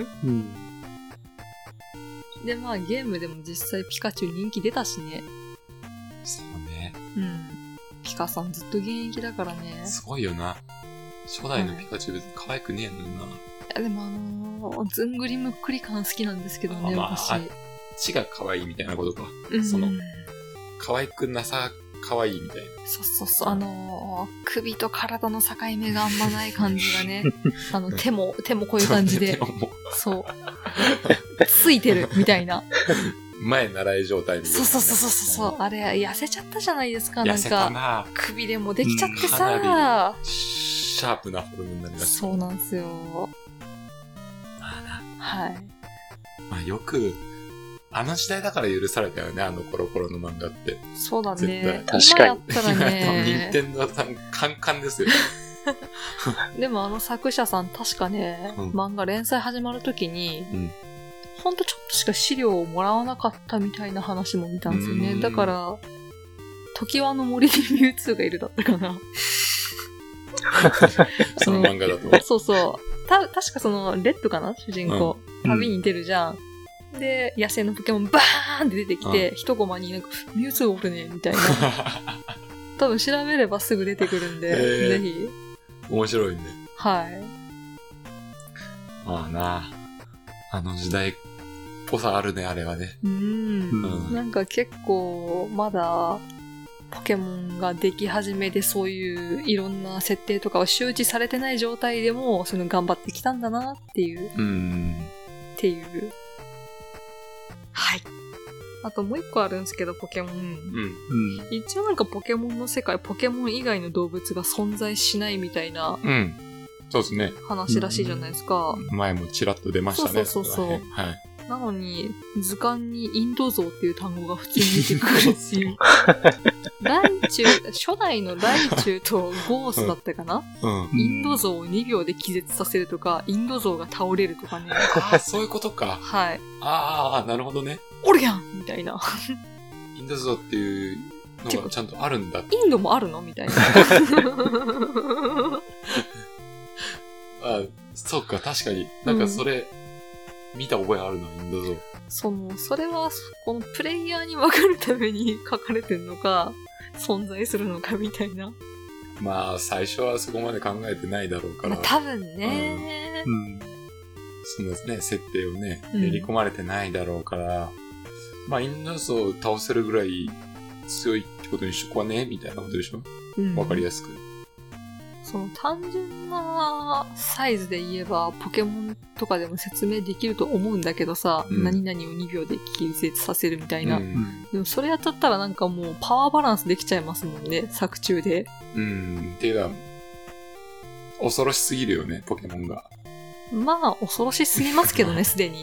うん。 で、まあ、ゲームでも実際ピカチュウ人気出たしね。 そうね。 うん。ピカさんずっと現役だからね。 すごいよな。初代のピカチュウ別に可愛くねえのにな。いや、でもあのー、ずんぐりむっくり感好きなんですけどね、 まあ、 私。 あっちが可愛いみたいなことか。うん、その、可愛くなさ、可愛いみたいな。 そうそうそう、あのー、首と体の境目があんまない感じがね。あの、手も、手もこういう感じで。そう。ついてる、みたいな。 前習い状態みたいな、 ね。そうそうそうそうそう。あれ、痩せちゃったじゃないですか、なんか。 痩せたな。 首でもできちゃってさ。 かなりシャープなフォルムになりました。 そうなんですよ。 まあな。 はい。 まあよく、あの時代だから許されたよね、あのコロコロの漫画って。 そうだね。 確かに。 今やったらね。 任天堂さん、カンカンですよ。 でもあの作者さん確かね、うん、漫画連載始まるときに、うん、ほんとちょっとしか資料をもらわなかったみたいな話も見たんですよね。だから、時はの森にミュウツーがいるだったかな。 その漫画だと。 そうそう。た、確かその、レッドかな主人公。うん、旅に出るじゃん。で、野生のポケモンバーンって出てきて、一コマになんか、ミュウツーおるね、みたいな。多分調べればすぐ出てくるんで、えー、ぜひ。 面白いね。 はい。 まあな、あの時代っぽさあるね、あれはね。 うん。うん、なんか結構、まだ、ポケモンができ始めでそういういろんな設定とかは周知されてない状態でも、その頑張ってきたんだなっていう。 うん。 っていう。はい。あともう一個あるんですけど、ポケモン。うん。一応なんかポケモンの世界、ポケモン以外の動物が存在しないみたいな。 うん。そうですね。 話らしいじゃないですか。 前もちらっと出ましたね。 そうそうそうそう。 はい。 なのに、図鑑にインド像っていう単語が普通に出てくるっていう。ライチュウ、初代のライチュウとゴースだったかな、うんうん、インド像をにびょうで気絶させるとか、インド像が倒れるとかね。 ああ、そういうことか。 はい。 ああ、なるほどね。 おるやんみたいな。 インド像っていうのがちゃんとあるんだ。 インドもあるのみたいな。 あ、そうか、確かに。なんかそれ、うん、見た覚えあるな、インド像。 その、それは、このプレイヤーに分かるために書かれてるのか、存在するのかみたいな。 まあ、最初はそこまで考えてないだろうから。まあ、 多分ね、 うん。うん。そのね、設定をね、練り込まれてないだろうから、うん、まあ、インド像を倒せるぐらい強いってことにしとこうね、みたいなことでしょ、うん、わかりやすく。 その単純なサイズで言えばポケモンとかでも説明できると思うんだけどさ、うん、何々をにびょうで気絶させるみたいな、うん、でもそれやっちゃったらなんかもうパワーバランスできちゃいますもんね、作中で。 うんっていうか恐ろしすぎるよね、ポケモンが。 まあ恐ろしすぎますけどね、すでに。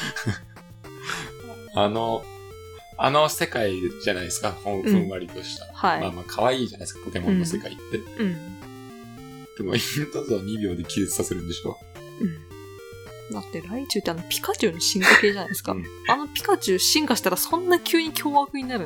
あのあの世界じゃないですか、ふんわりとした、うん、はい、まあまあ可愛いじゃないですか、ポケモンの世界って、うん、うんでもインド像をにびょうで気絶させるんでしょ、うん、だってライチュウってあのピカチュウの進化系じゃないですか、うん、あのピカチュウ進化したらそんな急に凶悪になる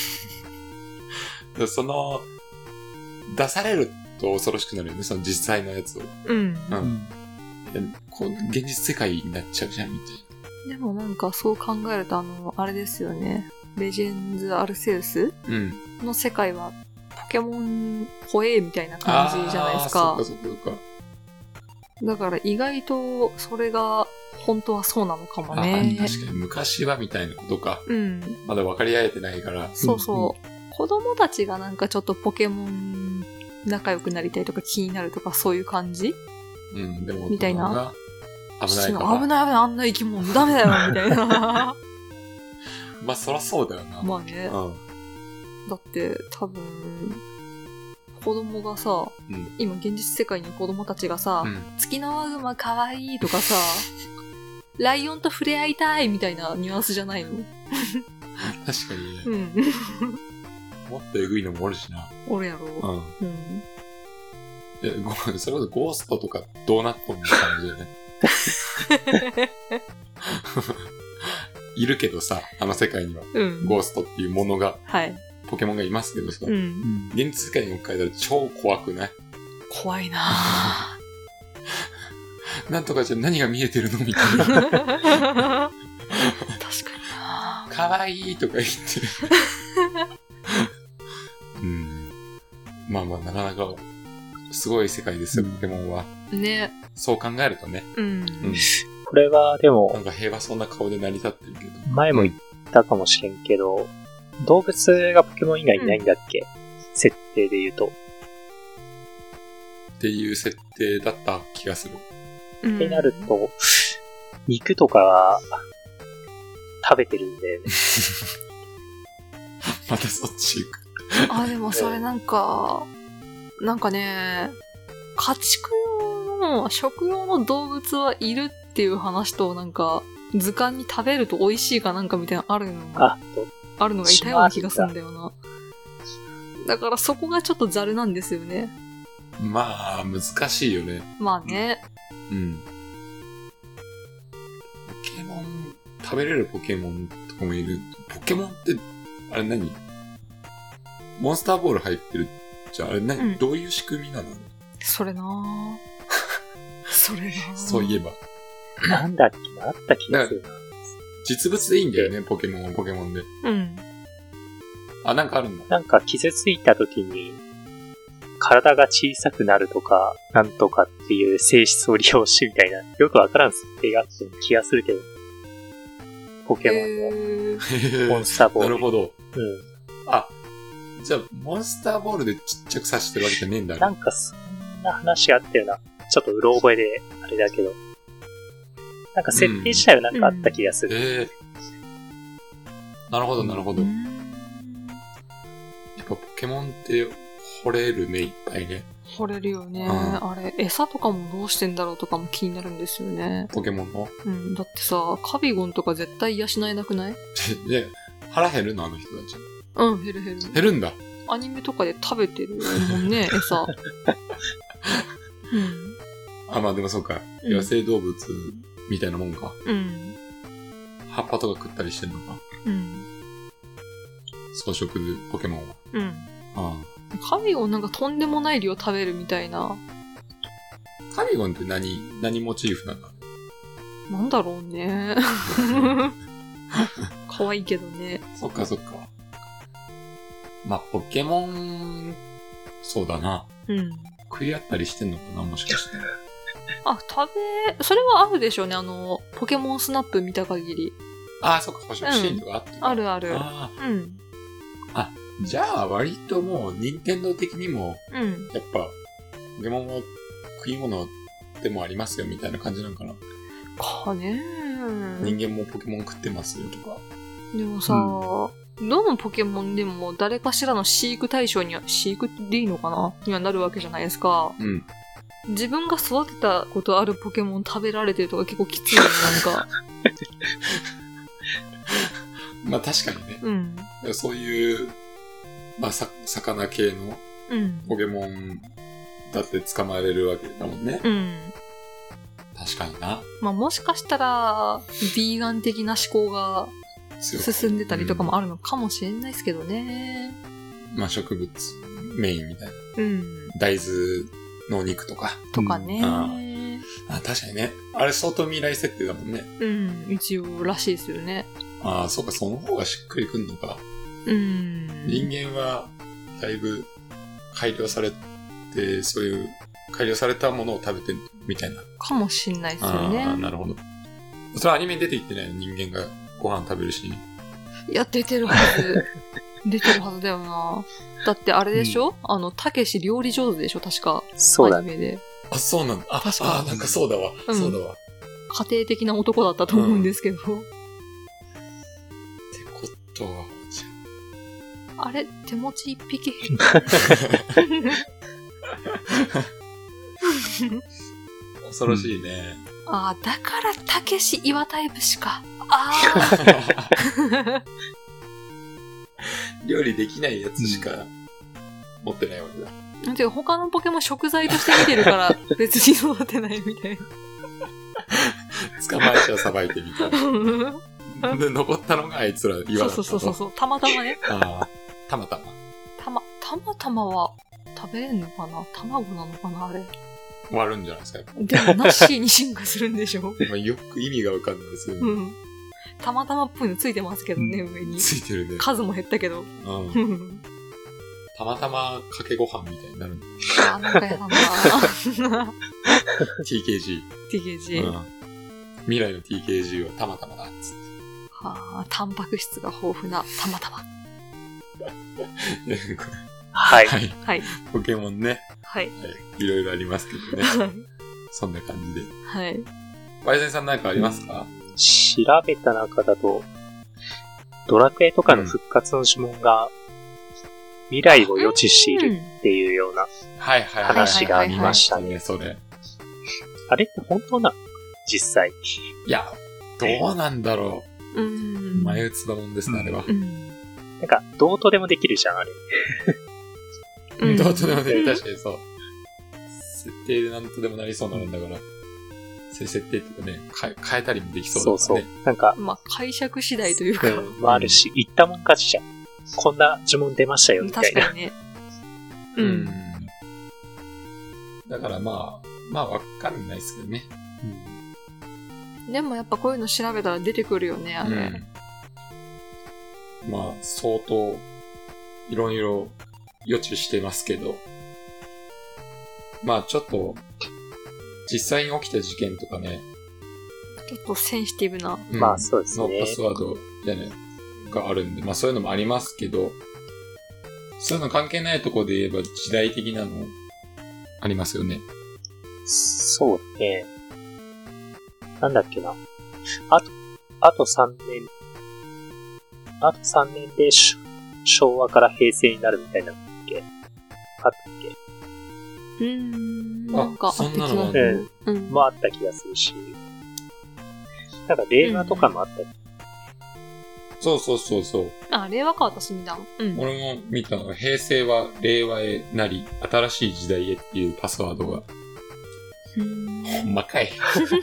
の？その出されると恐ろしくなるよね、その実際のやつを。うん、うん、こう現実世界になっちゃうじゃんみたいな。でもなんかそう考えるとあのあれですよね、レジェンズ・アルセウスの世界はポケモンホエーみたいな感じじゃないですか。 あ、そうかそうか。 だから意外とそれが本当はそうなのかもね。 確かに昔はみたいなことか。うん。まだ分かり合えてないから。 そうそう。うん、子供たちがなんかちょっとポケモン仲良くなりたいとか気になるとかそういう感じ？ うん。でもみたいな。危ないから。 危ない危ない、あんな生き物ダメだよみたいな。 まあそらそうだよな。 まあね。うん。だって多分子供がさ、うん、今現実世界に子供たちがさ、うん、月のワグマかわいいとかさ、ライオンと触れ合いたいみたいなニュアンスじゃないの？ 確かにね、うん、もっとエグいのもおるしな。 おるやろ。うん。うん、 いやごそれこそゴーストとかどうなっとんの感じだよね。いるけどさ、あの世界には、うん、ゴーストっていうものが、はい、ポケモンがいますけどさ、うん、現実世界に置き換えたら超怖くない？ 怖いなぁ。なんとかじゃ何が見えてるのみたいな。確かになぁ。かわいいとか言って。うん。まあまあ、なかなかすごい世界ですよ、ポケモンは。ね。そう考えるとね。うん。うん、 これはでも、 なんか平和そうな顔で成り立ってるけど。 前も言ったかもしれんけど、動物がポケモン以外いないんだっけ、うん、設定で言うと。 っていう設定だった気がする。 ってなると、肉とかは食べてるんで、ね。 またそっち行く。 あ、でもそれなんか、なんかね、家畜用の食用の動物はいるっていう話と、なんか図鑑に食べると美味しいかなんかみたいなのあるのが、あ, あるのがいたような気がするんだよな。だからそこがちょっとザルなんですよね。 まあ難しいよね。 まあね。うん。 ポケモン食べれるポケモンとかもいる。ポケモンってあれ何？モンスターボール入ってるじゃあ、あれ何、うん、どういう仕組みなの？ それなぁ。それなぁ。 そういえば。 なんだっけな、あった気がするな。 実物でいいんだよね、ポケモンはポケモンで。うん。あ、なんかあるんだ。 なんか傷ついた時に、体が小さくなるとか、なんとかっていう性質を利用しみたいな、よくわからん設定があって気がするけど。ポケモンのモンスターボール。 なるほど。うん。あ、じゃあ、モンスターボールでちっちゃく刺してるわけじゃねえんだね。 なんかそんな話あったよな。ちょっとうろ覚えで、あれだけど。なんか設定自体はなんかあった気がする。うんうん、ええー。 なるほど、なるほど。やっぱポケモンって惚れるね、いっぱいね。 惚れるよね、 うん、 あれ、餌とかもどうしてんだろうとかも気になるんですよね。 ポケモンのうん、だってさ、カビゴンとか絶対養えなくない？ で、腹減るのあの人たち。 うん、減る減る。 減るんだ。 アニメとかで食べてるもんね、餌。うん。 あ、まあでもそうか。野生動物みたいなもんか。 うん。 葉っぱとか食ったりしてんのか。 うん。 草食ポケモンは。 うん。 ああ。 カビゴンなんかとんでもない量食べるみたいな。 カビゴンって何、何モチーフなんだ？ なんだろうね。可愛いけどね。 そっかそっか。まあ、ポケモン、そうだな。 うん。 食い合ったりしてんのかな、もしかして。 あ、食べ、それはあるでしょうね。あの、ポケモンスナップ見た限り。 ああ、そっか、捕食シーンとかあった、 うん、あるある。あうん。 あ、じゃあ割ともう、任天堂的にも、 うん。 やっぱ、ポケモンは食い物でもありますよ、みたいな感じなんかな。 かねー。人間もポケモン食ってますよ、とか。 でもさ、うん、どのポケモンでも誰かしらの飼育対象には、飼育でいいのかなにはなるわけじゃないですか。 うん。 自分が育てたことあるポケモン食べられてるとか結構きついよね、なんか。 まあ確かにね。 うん。 そういう、まあさ、魚系のポケモンだって捕まえれるわけだもんね。 うん。 確かにな。 まあもしかしたら、ビーガン的な思考が進んでたりとかもあるのかもしれないですけどね。 うん、まあ植物メインみたいな。 うん。 大豆のお肉とか。 とかね、 うん。ああ、確かにね。あれ相当未来設定だもんね。 うん。一応らしいですよね。 ああ、そうか、その方がしっくりくんのか。 うん。 人間は、だいぶ改良されて、そういう改良されたものを食べてるみたいな。 かもしんないですよね。 ああ、なるほど。それはアニメに出てきてないの？人間がご飯食べるシーン。 いや、出てるはず。出てるはずだよな。だってあれでしょ、うん、あの、たけし料理上手でしょ確か。 そうだ。 アニメで。 あ、そうなんだ。あ、確かあ、なんかそうだわ、うん。そうだわ。 家庭的な男だったと思うんですけど。うん、ってことは、じゃあれ手持ち一匹恐ろしいね。 うん、ああ、だからたけし岩タイプしか。ああ。 料理できないやつしか持ってないわけだ。 なんていうか他のポケモン食材として見てるから別に育てないみたいな。 捕まえちゃさばいてみたいな。で、残ったのがあいつら岩だったと。 そうそうそうそう。たまたまね。 ああ、たまたま。 たま、たまたまは食べれんのかな卵なのかなあれ。 終わるんじゃないですか。 でもナッシーに進化するんでしょ。 まあよく意味がわかんないですよね。 うん。たまたまっぽいのついてますけどね、うん、上に。 ついてるね。 数も減ったけど。 うん。たまたまかけご飯みたいになるんだ。 あ、なんかやだな。ティーケージー。 ティーケージー。 うん。未来の ティーケージー はたまたまだっつって。 はあ、タンパク質が豊富なたまたま。 はい。 はい。 はい。 ポケモンね。 はい。 はい。いろいろありますけどね。 はい。 そんな感じで。 はい。 バイセンさん何かありますか？ 調べた中だと、ドラクエとかの復活の呪文が、未来を予知しているっていうような話がありましたね。 それ。 あれって本当なの？実際。 いや、どうなんだろう。うん。 前打つだもんですね、あれは。 うん。 なんか、どうとでもできるじゃん、あれ。 うん、どうとでもできる。確かにそう。設定でなんとでもなりそうなもんだから。そういう設定っていうかね、変え、変えたりもできそうだからね。そうそう。 なんか、 まあ、解釈次第というか。 うん、もあるし、言ったもん勝ちじゃん。こんな呪文出ましたよ、みたいな。 確かにね。 うん。うん、だからまあ、まあわかんないですけどね。 うん、でもやっぱこういうの調べたら出てくるよね、あれ。 うん、まあ、相当、いろいろ予知してますけど、まあちょっと、実際に起きた事件とかね。 結構センシティブな。 うん、まあそうですね。 のパスワードじゃね、があるんで、まあそういうのもありますけど、そういうの関係ないところで言えば時代的なのありますよね。 そうね。なんだっけな。あと、あとさんねん、あとさんねんで昭和から平成になるみたいなんだっけ。 あったっけ？うーん。なんか、 そんなのもある。うん。もあった気がするし。なんか令和とかもあったり。 そうそうそうそう。 あ、令和か、私見たの。うん。 俺も見たのが、平成は令和へなり、新しい時代へっていうパスワードが。ほんまかい。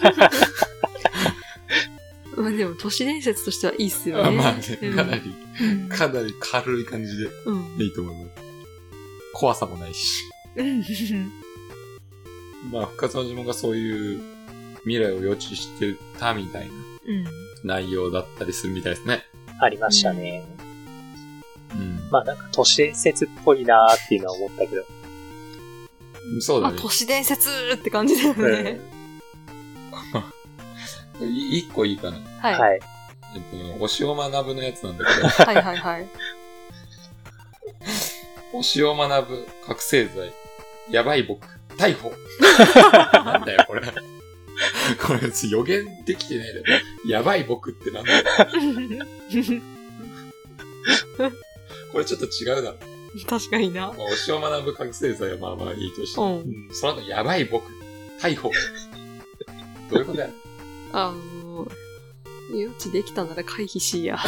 まあでも、都市伝説としてはいいっすよね。 あまあね、かなり、 うん、 かなり軽い感じで、いいと思います。うん、怖さもないし。まあ、深澤島がそういう未来を予知してたみたいな内容だったりするみたいですね。 ありましたね。 うん。 まあなんか都市伝説っぽいなーっていうのは思ったけど。 そうだね。 あ、都市伝説って感じだよね。 うん、一個いいかな。 はい。はい。 えっと、推しを学ぶのやつなんだけど。 はいはいはい。 推しを学ぶ覚醒剤。やばい僕。逮捕。なんだよこれ。これ予言できてないだろ。やばい僕ってなんだよ。これちょっと違うだろ。 確かにな。 まあ、推しを学ぶ覚醒剤はまあまあいいとして。 うんうん、その後、やばい僕。逮捕。どういうことや。 あのー、予知できたなら回避しや。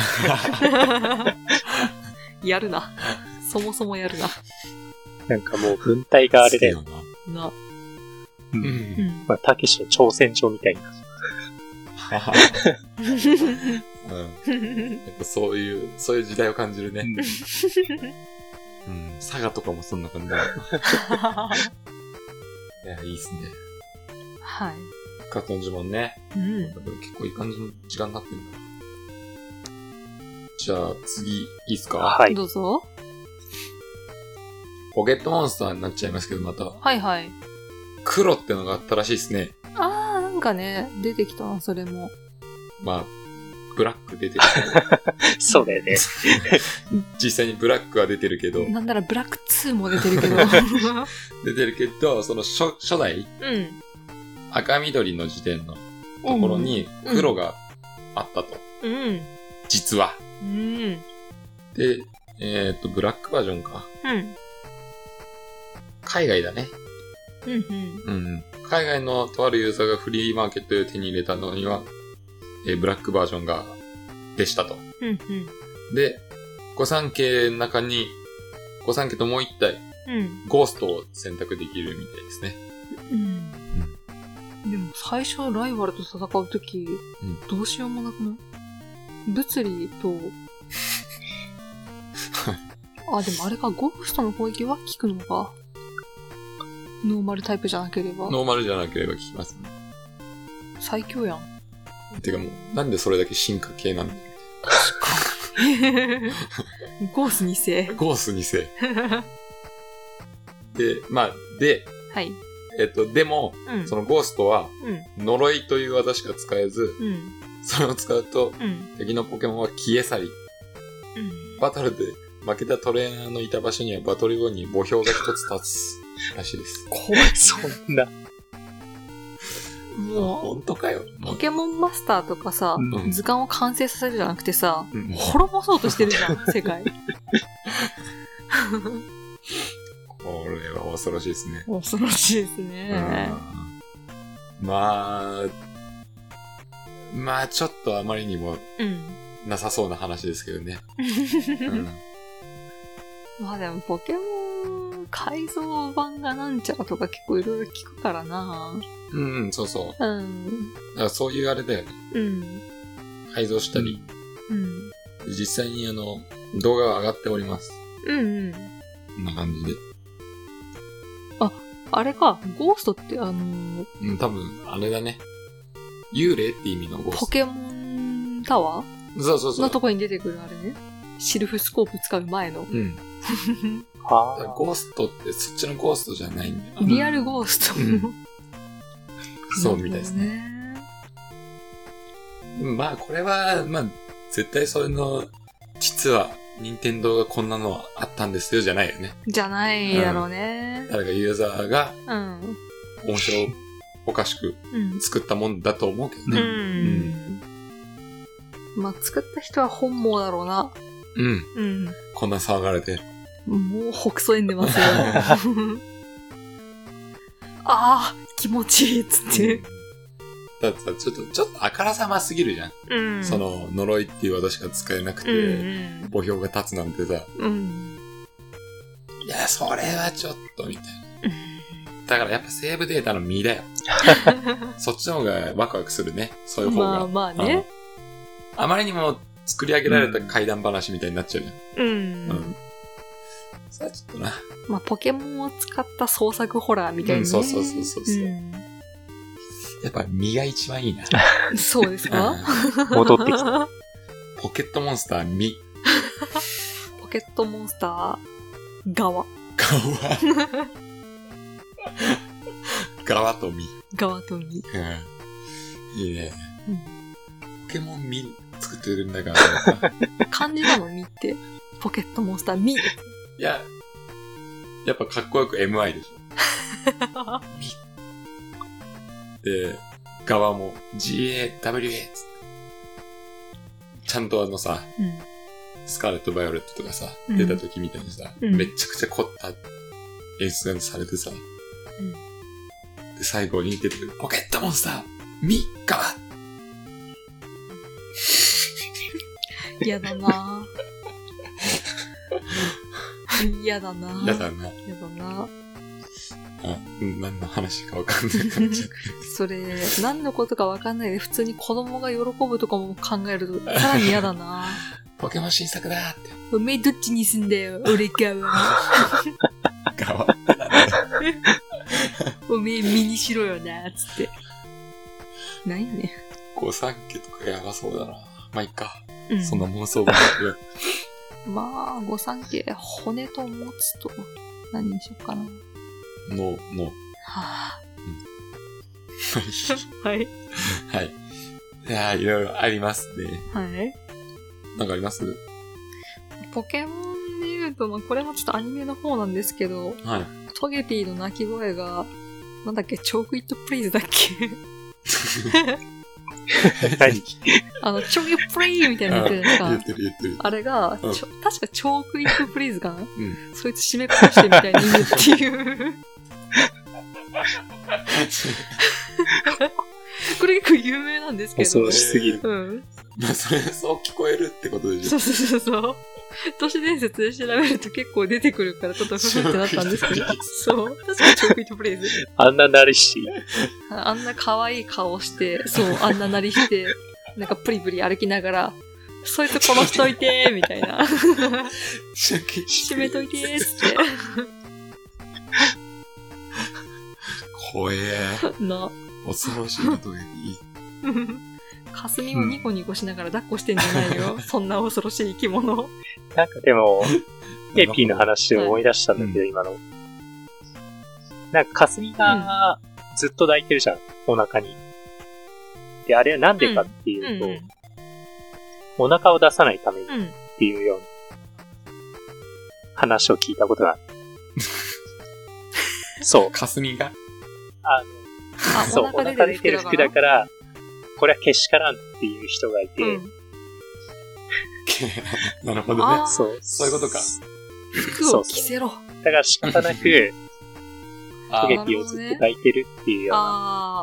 やるな。そもそもやるな。 なんかもう文体があれだよな。な。 うん。うん、まあ、たけしの挑戦状みたいな。 うん。やっぱそういう、そういう時代を感じるね。うん。佐賀とかもそんな感じだ。いや、いいっすね。 はい。 カトン呪文ね。 うん。 結構いい感じの時間になってるんだな。じゃあ次、いいっすか？ はい。 どうぞ。 ポケットモンスターになっちゃいますけど、また。 はいはい。 黒ってのがあったらしいですね。 あー、なんかね、出てきたな、それも。 まあ、ブラック出てるけど。 そうだよね。 実際にブラックは出てるけど。 なんならブラックツーも出てるけど。 出てるけど、その初、初代、 うん、 赤緑の時点のところに黒があったと。 うん。 実は。 うん。 で、えっと、ブラックバージョンか。 うん。 海外だね。 うんうん。 うん。海外のとあるユーザーがフリーマーケットで手に入れたのには、えー、ブラックバージョンが、でしたと。 うんうん。 で、御三家の中に、御三家ともう一体、 うん、 ゴーストを選択できるみたいですね。 うん。うん、でも最初ライバルと戦うとき、うん、どうしようもなくない？物理と、あ、でもあれか、ゴーストの攻撃は効くのか。ノーマルタイプじゃなければ。 ノーマルじゃなければ効きますね。 最強やん。 てかもう、なんでそれだけ進化系なんだよ。 確かに。ゴースにせ。 ゴースにせ。で、まあ、で、 はい。 えっと、でも、うん、そのゴーストは、呪いという技しか使えず、うん、それを使うと、うん、敵のポケモンは消え去り、うん、バトルで負けたトレーナーのいた場所にはバトル後に墓標が一つ立つらしいです。 怖い、そんな。 もう、 本当かよ。 ポケモンマスターとかさ、うん、図鑑を完成させるじゃなくてさ、うん、滅ぼそうとしてるじゃん、世界。 これは恐ろしいですね。 恐ろしいですね。 まあ、まあちょっとあまりにもなさそうな話ですけどね。うん、 まあでもポケモン改造版がなんちゃらとか結構いろいろ聞くからな。 うん、うん、そうそう。 うん。 だからそういうあれだよね。 うん。 改造したり。 うん。 実際にあの、動画が上がっております。 うんうん。 こんな感じで。 あ、あれか、ゴーストってあのー、 うん、多分、あれだね。幽霊って意味のゴースト。 ポケモンタワーそうそうそう。 のとこに出てくるあれね。シルフスコープ使う前の。 うん。あゴーストってそっちのゴーストじゃないんだよ。 リアルゴースト。うん、 そうみたいですね。まあこれは、まあ絶対それの、実は任天堂がこんなのはあったんですよじゃないよね。 じゃないだろうね。 うん、誰かユーザーが、 うん。 面白おかしく作ったもんだと思うけどね。 うん。うんうん、まあ作った人は本望だろうな。 うん。 うん。 こんな騒がれて。 もうほくそ笑んでますよ。ああ、気持ちいいっつって。うん、 だってさ、ちょっと、ちょっとあからさますぎるじゃん。うん、その、呪いっていうワードしか使えなくて、うんうん、墓標が立つなんてさ。うん、いや、それはちょっと、みたいな。だからやっぱセーブデータの身だよ。そっちの方がワクワクするね。そういう方が。 まあまあね。 あ, あまりにも作り上げられた怪談話みたいになっちゃうじゃん。うん。うん。さあちょっとな。 まあポケモンを使った創作ホラーみたいなね。うん、 そうそうそうそうそう、うん。やっぱ身が一番いいな。 そうですか、 うん、戻ってきた。 ポケットモンスター身。 ポケットモンスター側。 側。側と身。 側と身。 うん。いいね。うん、ポケモン身作ってるんだから。 漢字なの身って。ポケットモンスター身。いや、やっぱかっこよく エムアイ でしょ。身。で、側も ジーエーダブリューエー つって。ちゃんとあのさ、うん、スカーレット・バイオレットとかさ、うん、出た時みたいにさ、うん、めちゃくちゃ凝った演出がされてさ、うん、で最後に出てくるポケットモンスターミカワ嫌だなぁ嫌だなぁ嫌だな嫌だなあ、何の話か分かんない感じそれ何のことか分かんないで普通に子供が喜ぶとかも考えるとさらに嫌だなポケモン新作だーっておめえどっちにすんだよ俺側側おめえ見にしろよなーつってないね御三家とかやばそうだなまあいっか、うん、そんな妄想がまあ御三家骨と持つと何にしようかなののはぁ、 うん、はいはいいやいろいろありますねはいなんかありますポケモンで言うと、まあ、これもちょっとアニメの方なんですけど、はい、トゲピーの鳴き声がなんだっけチョークイットプリーズだっけ何あの、チョークイットプリーズみたいなの言ってるじゃないですか。 言ってる言ってる。 あれが、うん、確かチョークイットプリーズかな、うん、そいつ締め殺してみたいに言うっていう。これ結構有名なんですけど。 恐ろしすぎる。 うん。 まあ、それ、そう聞こえるってことでしょ。 そうそうそうそう。都市伝説で調べると結構出てくるから、ちょっとふふってなったんですけど。そう。確かにチョークイットプリーズ。 あんななりし。 あんな可愛い顔して、そう、あんななりして、なんかプリプリ歩きながら、そいつ殺しといてーみたいな。閉めといてーっつって。 怖えー。 な。 恐ろしいことがいい。 かすみをニコニコしながら抱っこしてんじゃないよ。そんな恐ろしい生き物。 なんかでも、エピーの話を思い出したんだけど、はい、今の。なんかかすみがずっと抱いてるじゃん、お腹に。で、あれはなんでかっていうと、うんうんうん、お腹を出さないためにっていうような話を聞いたことがある。そう。 かすみがあの、あそう、お腹出てる服だから、これはけしからんっていう人がいて、うん、 なるほどね。 そう。 そういうことか。 服を着せろ。 そうそうだから仕方なく、トゲピをずっと抱いてるっていうような。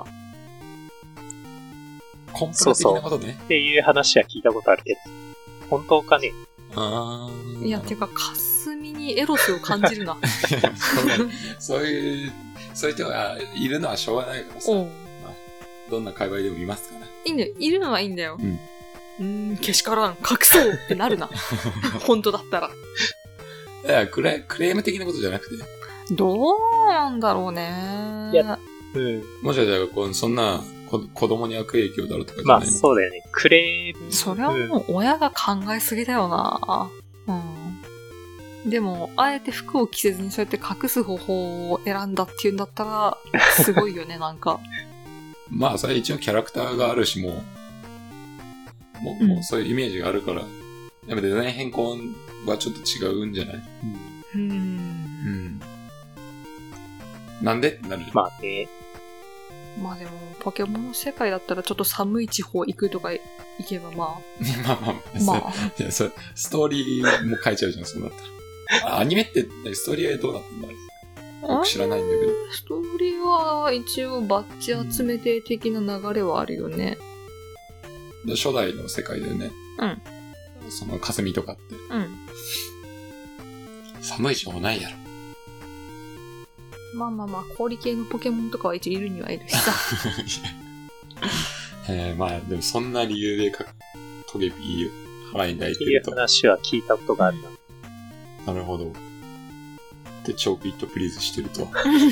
コンプラ的なことね。 そうそうっていう話は聞いたことあるけど、本当かね。 あいや、てか、かすみにエロスを感じるな。 そういう、そういう人がいるのはしょうがないからさ。まあ、どんな界隈でもいますから。 いいんだよ。いるのはいいんだよ。うん。うーん、けしからん。隠そうってなるな。本当だったら。 いやクレ、クレーム的なことじゃなくて。 どうなんだろうね。 いや、うん。 もしかしたらこう、そんなこ子供に悪影響だろうとかじゃないの？まあ、そうだよね。クレーム。 それはもう親が考えすぎだよな。うん。でも、あえて服を着せずにそうやって隠す方法を選んだっていうんだったら、すごいよね、なんか。 まあ、それ一応キャラクターがあるし、もう、もう、うん、もうそういうイメージがあるから、やっぱデザイン変更はちょっと違うんじゃない？うん。うん。うん。なんでってなる？ まあね。 まあでも、ポケモンの世界だったらちょっと寒い地方行くとか行けばまあ。 まあまあ、まあ。いや、それ、ストーリーも変えちゃうじゃん、そうなったら。 アニメってストーリーはどうなってんだろう。よく知らないんだけど。 ストーリーは一応バッジ集めて的な流れはあるよね。 初代の世界だよね。 うん。 その霞とかって。 うん。 寒い情報ないやろ。 まあまあまあ、氷系のポケモンとかは一応いるにはいるしさ。 えー、まあでもそんな理由でかトゲピー腹に抱いてると。 っていう話は聞いたことがあるな。なるほど。で、チョークイットプリーズしてると。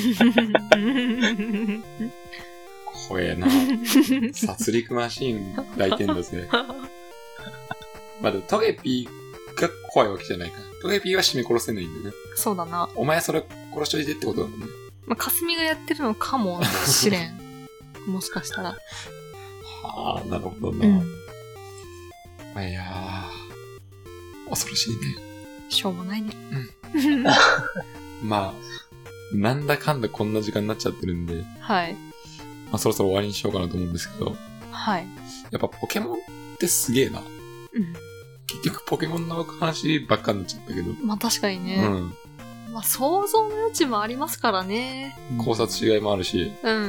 怖えな。殺戮マシーン抱いてんだぜ。まあでもトゲピーが怖いわけじゃないから。トゲピーは締め殺せないんだよね。 そうだな。 お前それ殺しといてってことだもんね。 まあ、かすみがやってるのかもしれん。もしかしたら。 はあ、なるほどな。うん、まあ、いやー、恐ろしいね。 しょうもないね。 うん。まあ、なんだかんだこんな時間になっちゃってるんで。 はい。 まあ、そろそろ終わりにしようかなと思うんですけど。 はい。 やっぱポケモンってすげえな。 うん。 結局ポケモンの話ばっかになっちゃったけど。 まあ確かにね。 うん。 まあ想像の余地もありますからね。 考察しがいもあるし。 うん。 うん。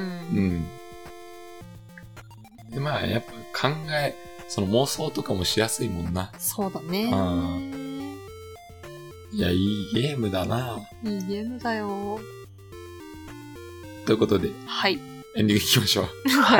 で、まあやっぱ考え、その妄想とかもしやすいもんな。 そうだね。 うん。いや、いいゲームだな。 いいゲームだよ。 ということで。 はい。 エンディングいきましょう。 はい。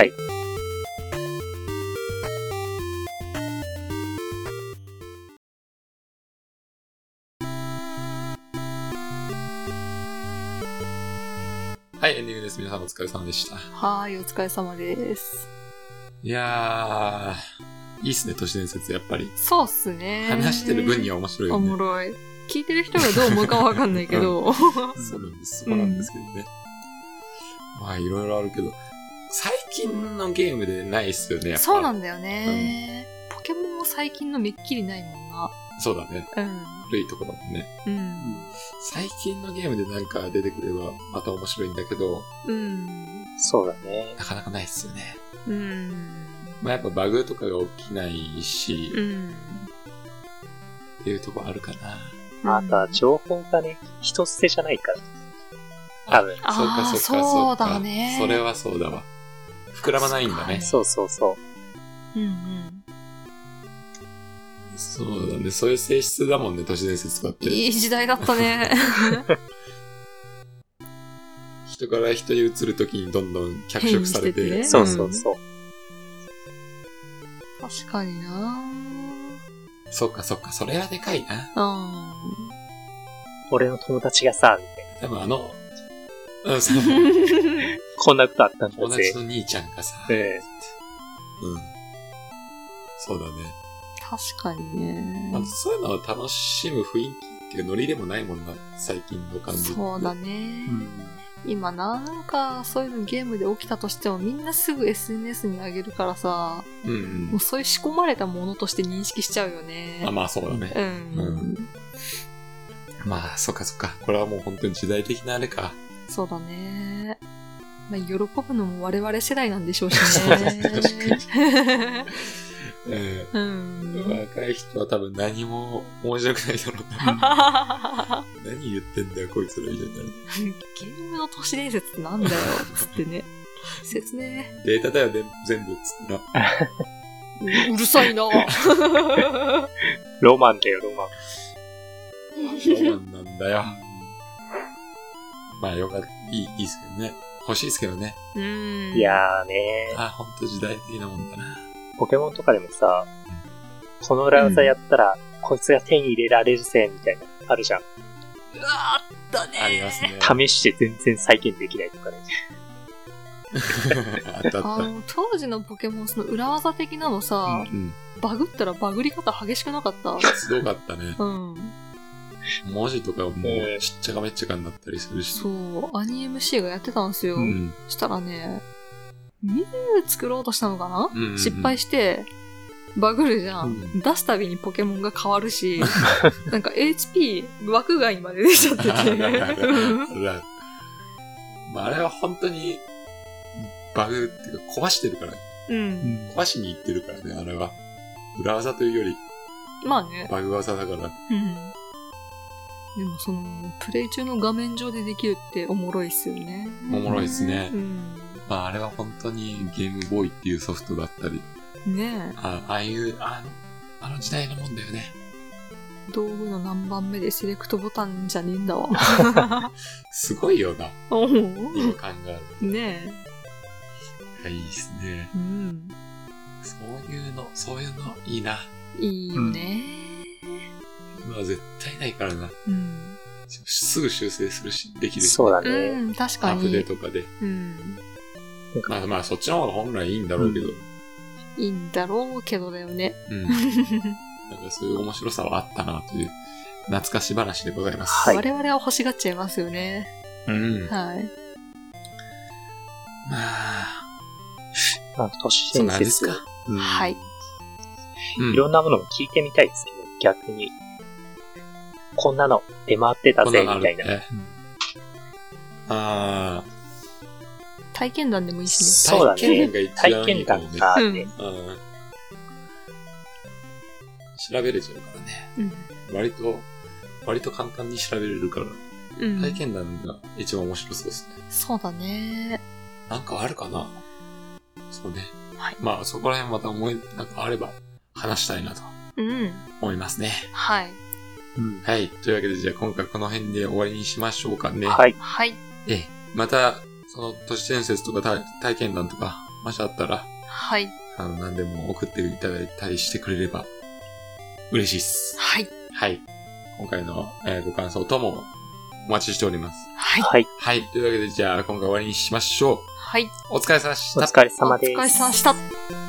はい、エンディングです。皆さんお疲れ様でした。 はい、お疲れ様です。 いやー、いいっすね、都市伝説、やっぱり。 そうっすね。 話してる分には面白いよね。 おもろい。聞いてる人がどう思うかわかんないけど。うん、 そうなんです、そうなんですけどね。うん、まあ、いろいろあるけど、最近のゲームでないっすよね、やっぱ。 そうなんだよね、うん。ポケモンも最近のめっきりないもんな。 そうだね。 うん。 古いとこだもんね。 うん。 最近のゲームでなんか出てくればまた面白いんだけど。 うん。 そうだね。 なかなかないっすよね。 うん。 まあやっぱバグとかが起きないし。 うん。 っていうとこあるかな。 また情報がね、人捨てじゃないから。多分。 そうかそうかそうか。 そうだね。 それはそうだわ。膨らまないんだね。 そうそうそう。 うんうん。 そうだね。そういう性質だもんね、都市伝説とかって。 いい時代だったね。 人から人に移るときにどんどん脚色されて。てね、そうそうそう。 確かにな。 そっかそっか、それはでかいな。 うん。 俺の友達がさ、みたいな。多分あの、うん、そう。 こんなことあったんだぜ。 友達の兄ちゃんがさ。 ええ。 うん。そうだね。 確かにね。 まあ、そういうのを楽しむ雰囲気っていうノリでもないもんな、最近の感じ。 そうだね。うん、今なんかそういうのゲームで起きたとしてもみんなすぐ エスエヌエス に上げるからさ、 うんうん、 もうそういう仕込まれたものとして認識しちゃうよね。 あ、まあそうだね。 うん。うん、 まあそっかそっか。これはもう本当に時代的なあれか。 そうだね。まあ、喜ぶのも我々世代なんでしょうしね。確かに。 えー、うん、若い人は多分何も面白くないだろうな。何言ってんだよこいつらみたいになる。 ゲームの都市伝説ってなんだよつってね。説明。 データだよ全部っつってな。 う, うるさいな。 ロマンだよロマン。ロマンなんだよ。まあよかった。いい、いいっすけどね。欲しいっすけどね。 うん。 いやーねー。 あ、ほんと時代的なもんだな。 ポケモンとかでもさ、この裏技やったら、うん、こいつが手に入れられるぜ、みたいな、あるじゃん。 あったねー。 ありますね。 試して全然再現できないとかね。 あったあった。 あの、当時のポケモン、その裏技的なのさ、うんうん、バグったらバグり方激しくなかった？ すごかったね。 うん。 文字とかもうちっちゃかめっちゃかになったりするし。 そう、アニ エムシー がやってたんですよ。うん、したらね、ミュウ作ろうとしたのかな、うんうんうん、失敗して、バグるじゃん、うん。出すたびにポケモンが変わるし、なんか エイチピー 枠外にまで出ちゃってて。 まあ、あれは本当にバグっていうか壊してるから、 うん、 壊しに行ってるからね、あれは。裏技というより、 まあね。 バグ技だから。 うん、 でもその、プレイ中の画面上でできるっておもろいっすよね。 おもろいっすね。 うん。 まああれは本当にゲームボーイっていうソフトだったり。 ねえ。 あああいう、あの、あの時代のもんだよね。 道具の何番目でセレクトボタンじゃねえんだわ。 すごいよな。 お今考える。 ねえ。いいっすね。 うん。 そういうの、そういうのいいな。 いいよね。 今は絶対ないからな。 うん。 すぐ修正するし、できるし。 そうだね。 うん、確かに。 アップデートとかで。 うん。 まあまあ、そっちの方が本来いいんだろうけど。 いいんだろうけどだよね。 うん。なんかそういう面白さはあったなという懐かし話でございます。 はい、我々は欲しがっちゃいますよね。 うん。 はい。 まあ。 まあ、都市伝説。 か。 うん、はい、 うん。いろんなものも聞いてみたいですけど、逆に。こんなの出回ってたぜ、みたいな。な、ね、 うん、ああ。 体験談でもいいしね。 そうだね。 体験談が一番いい、ね。 体験談がね、うん。 調べれちゃうからね。うん、割と、割と簡単に調べれるから、うん、体験談が一番面白そうですね。 そうだね。 なんかあるかな？そうね。 はい。 まあそこら辺また思い、なんかあれば話したいなと思いますね。 うん、はい、 うん。はい。というわけでじゃあ今回この辺で終わりにしましょうかね。 はい。 はい。 え、また、その都市伝説とか体験談とか、もしあったら、 はい。 あの、何でも送っていただいたりしてくれれば嬉しいっす。 はい。 はい。今回の、えー、ご感想ともお待ちしております。 はい。 はい。 はい。というわけで、じゃあ今回終わりにしましょう。 はい。 お疲れ様でした。 お疲れ様です。 お疲れ様でした。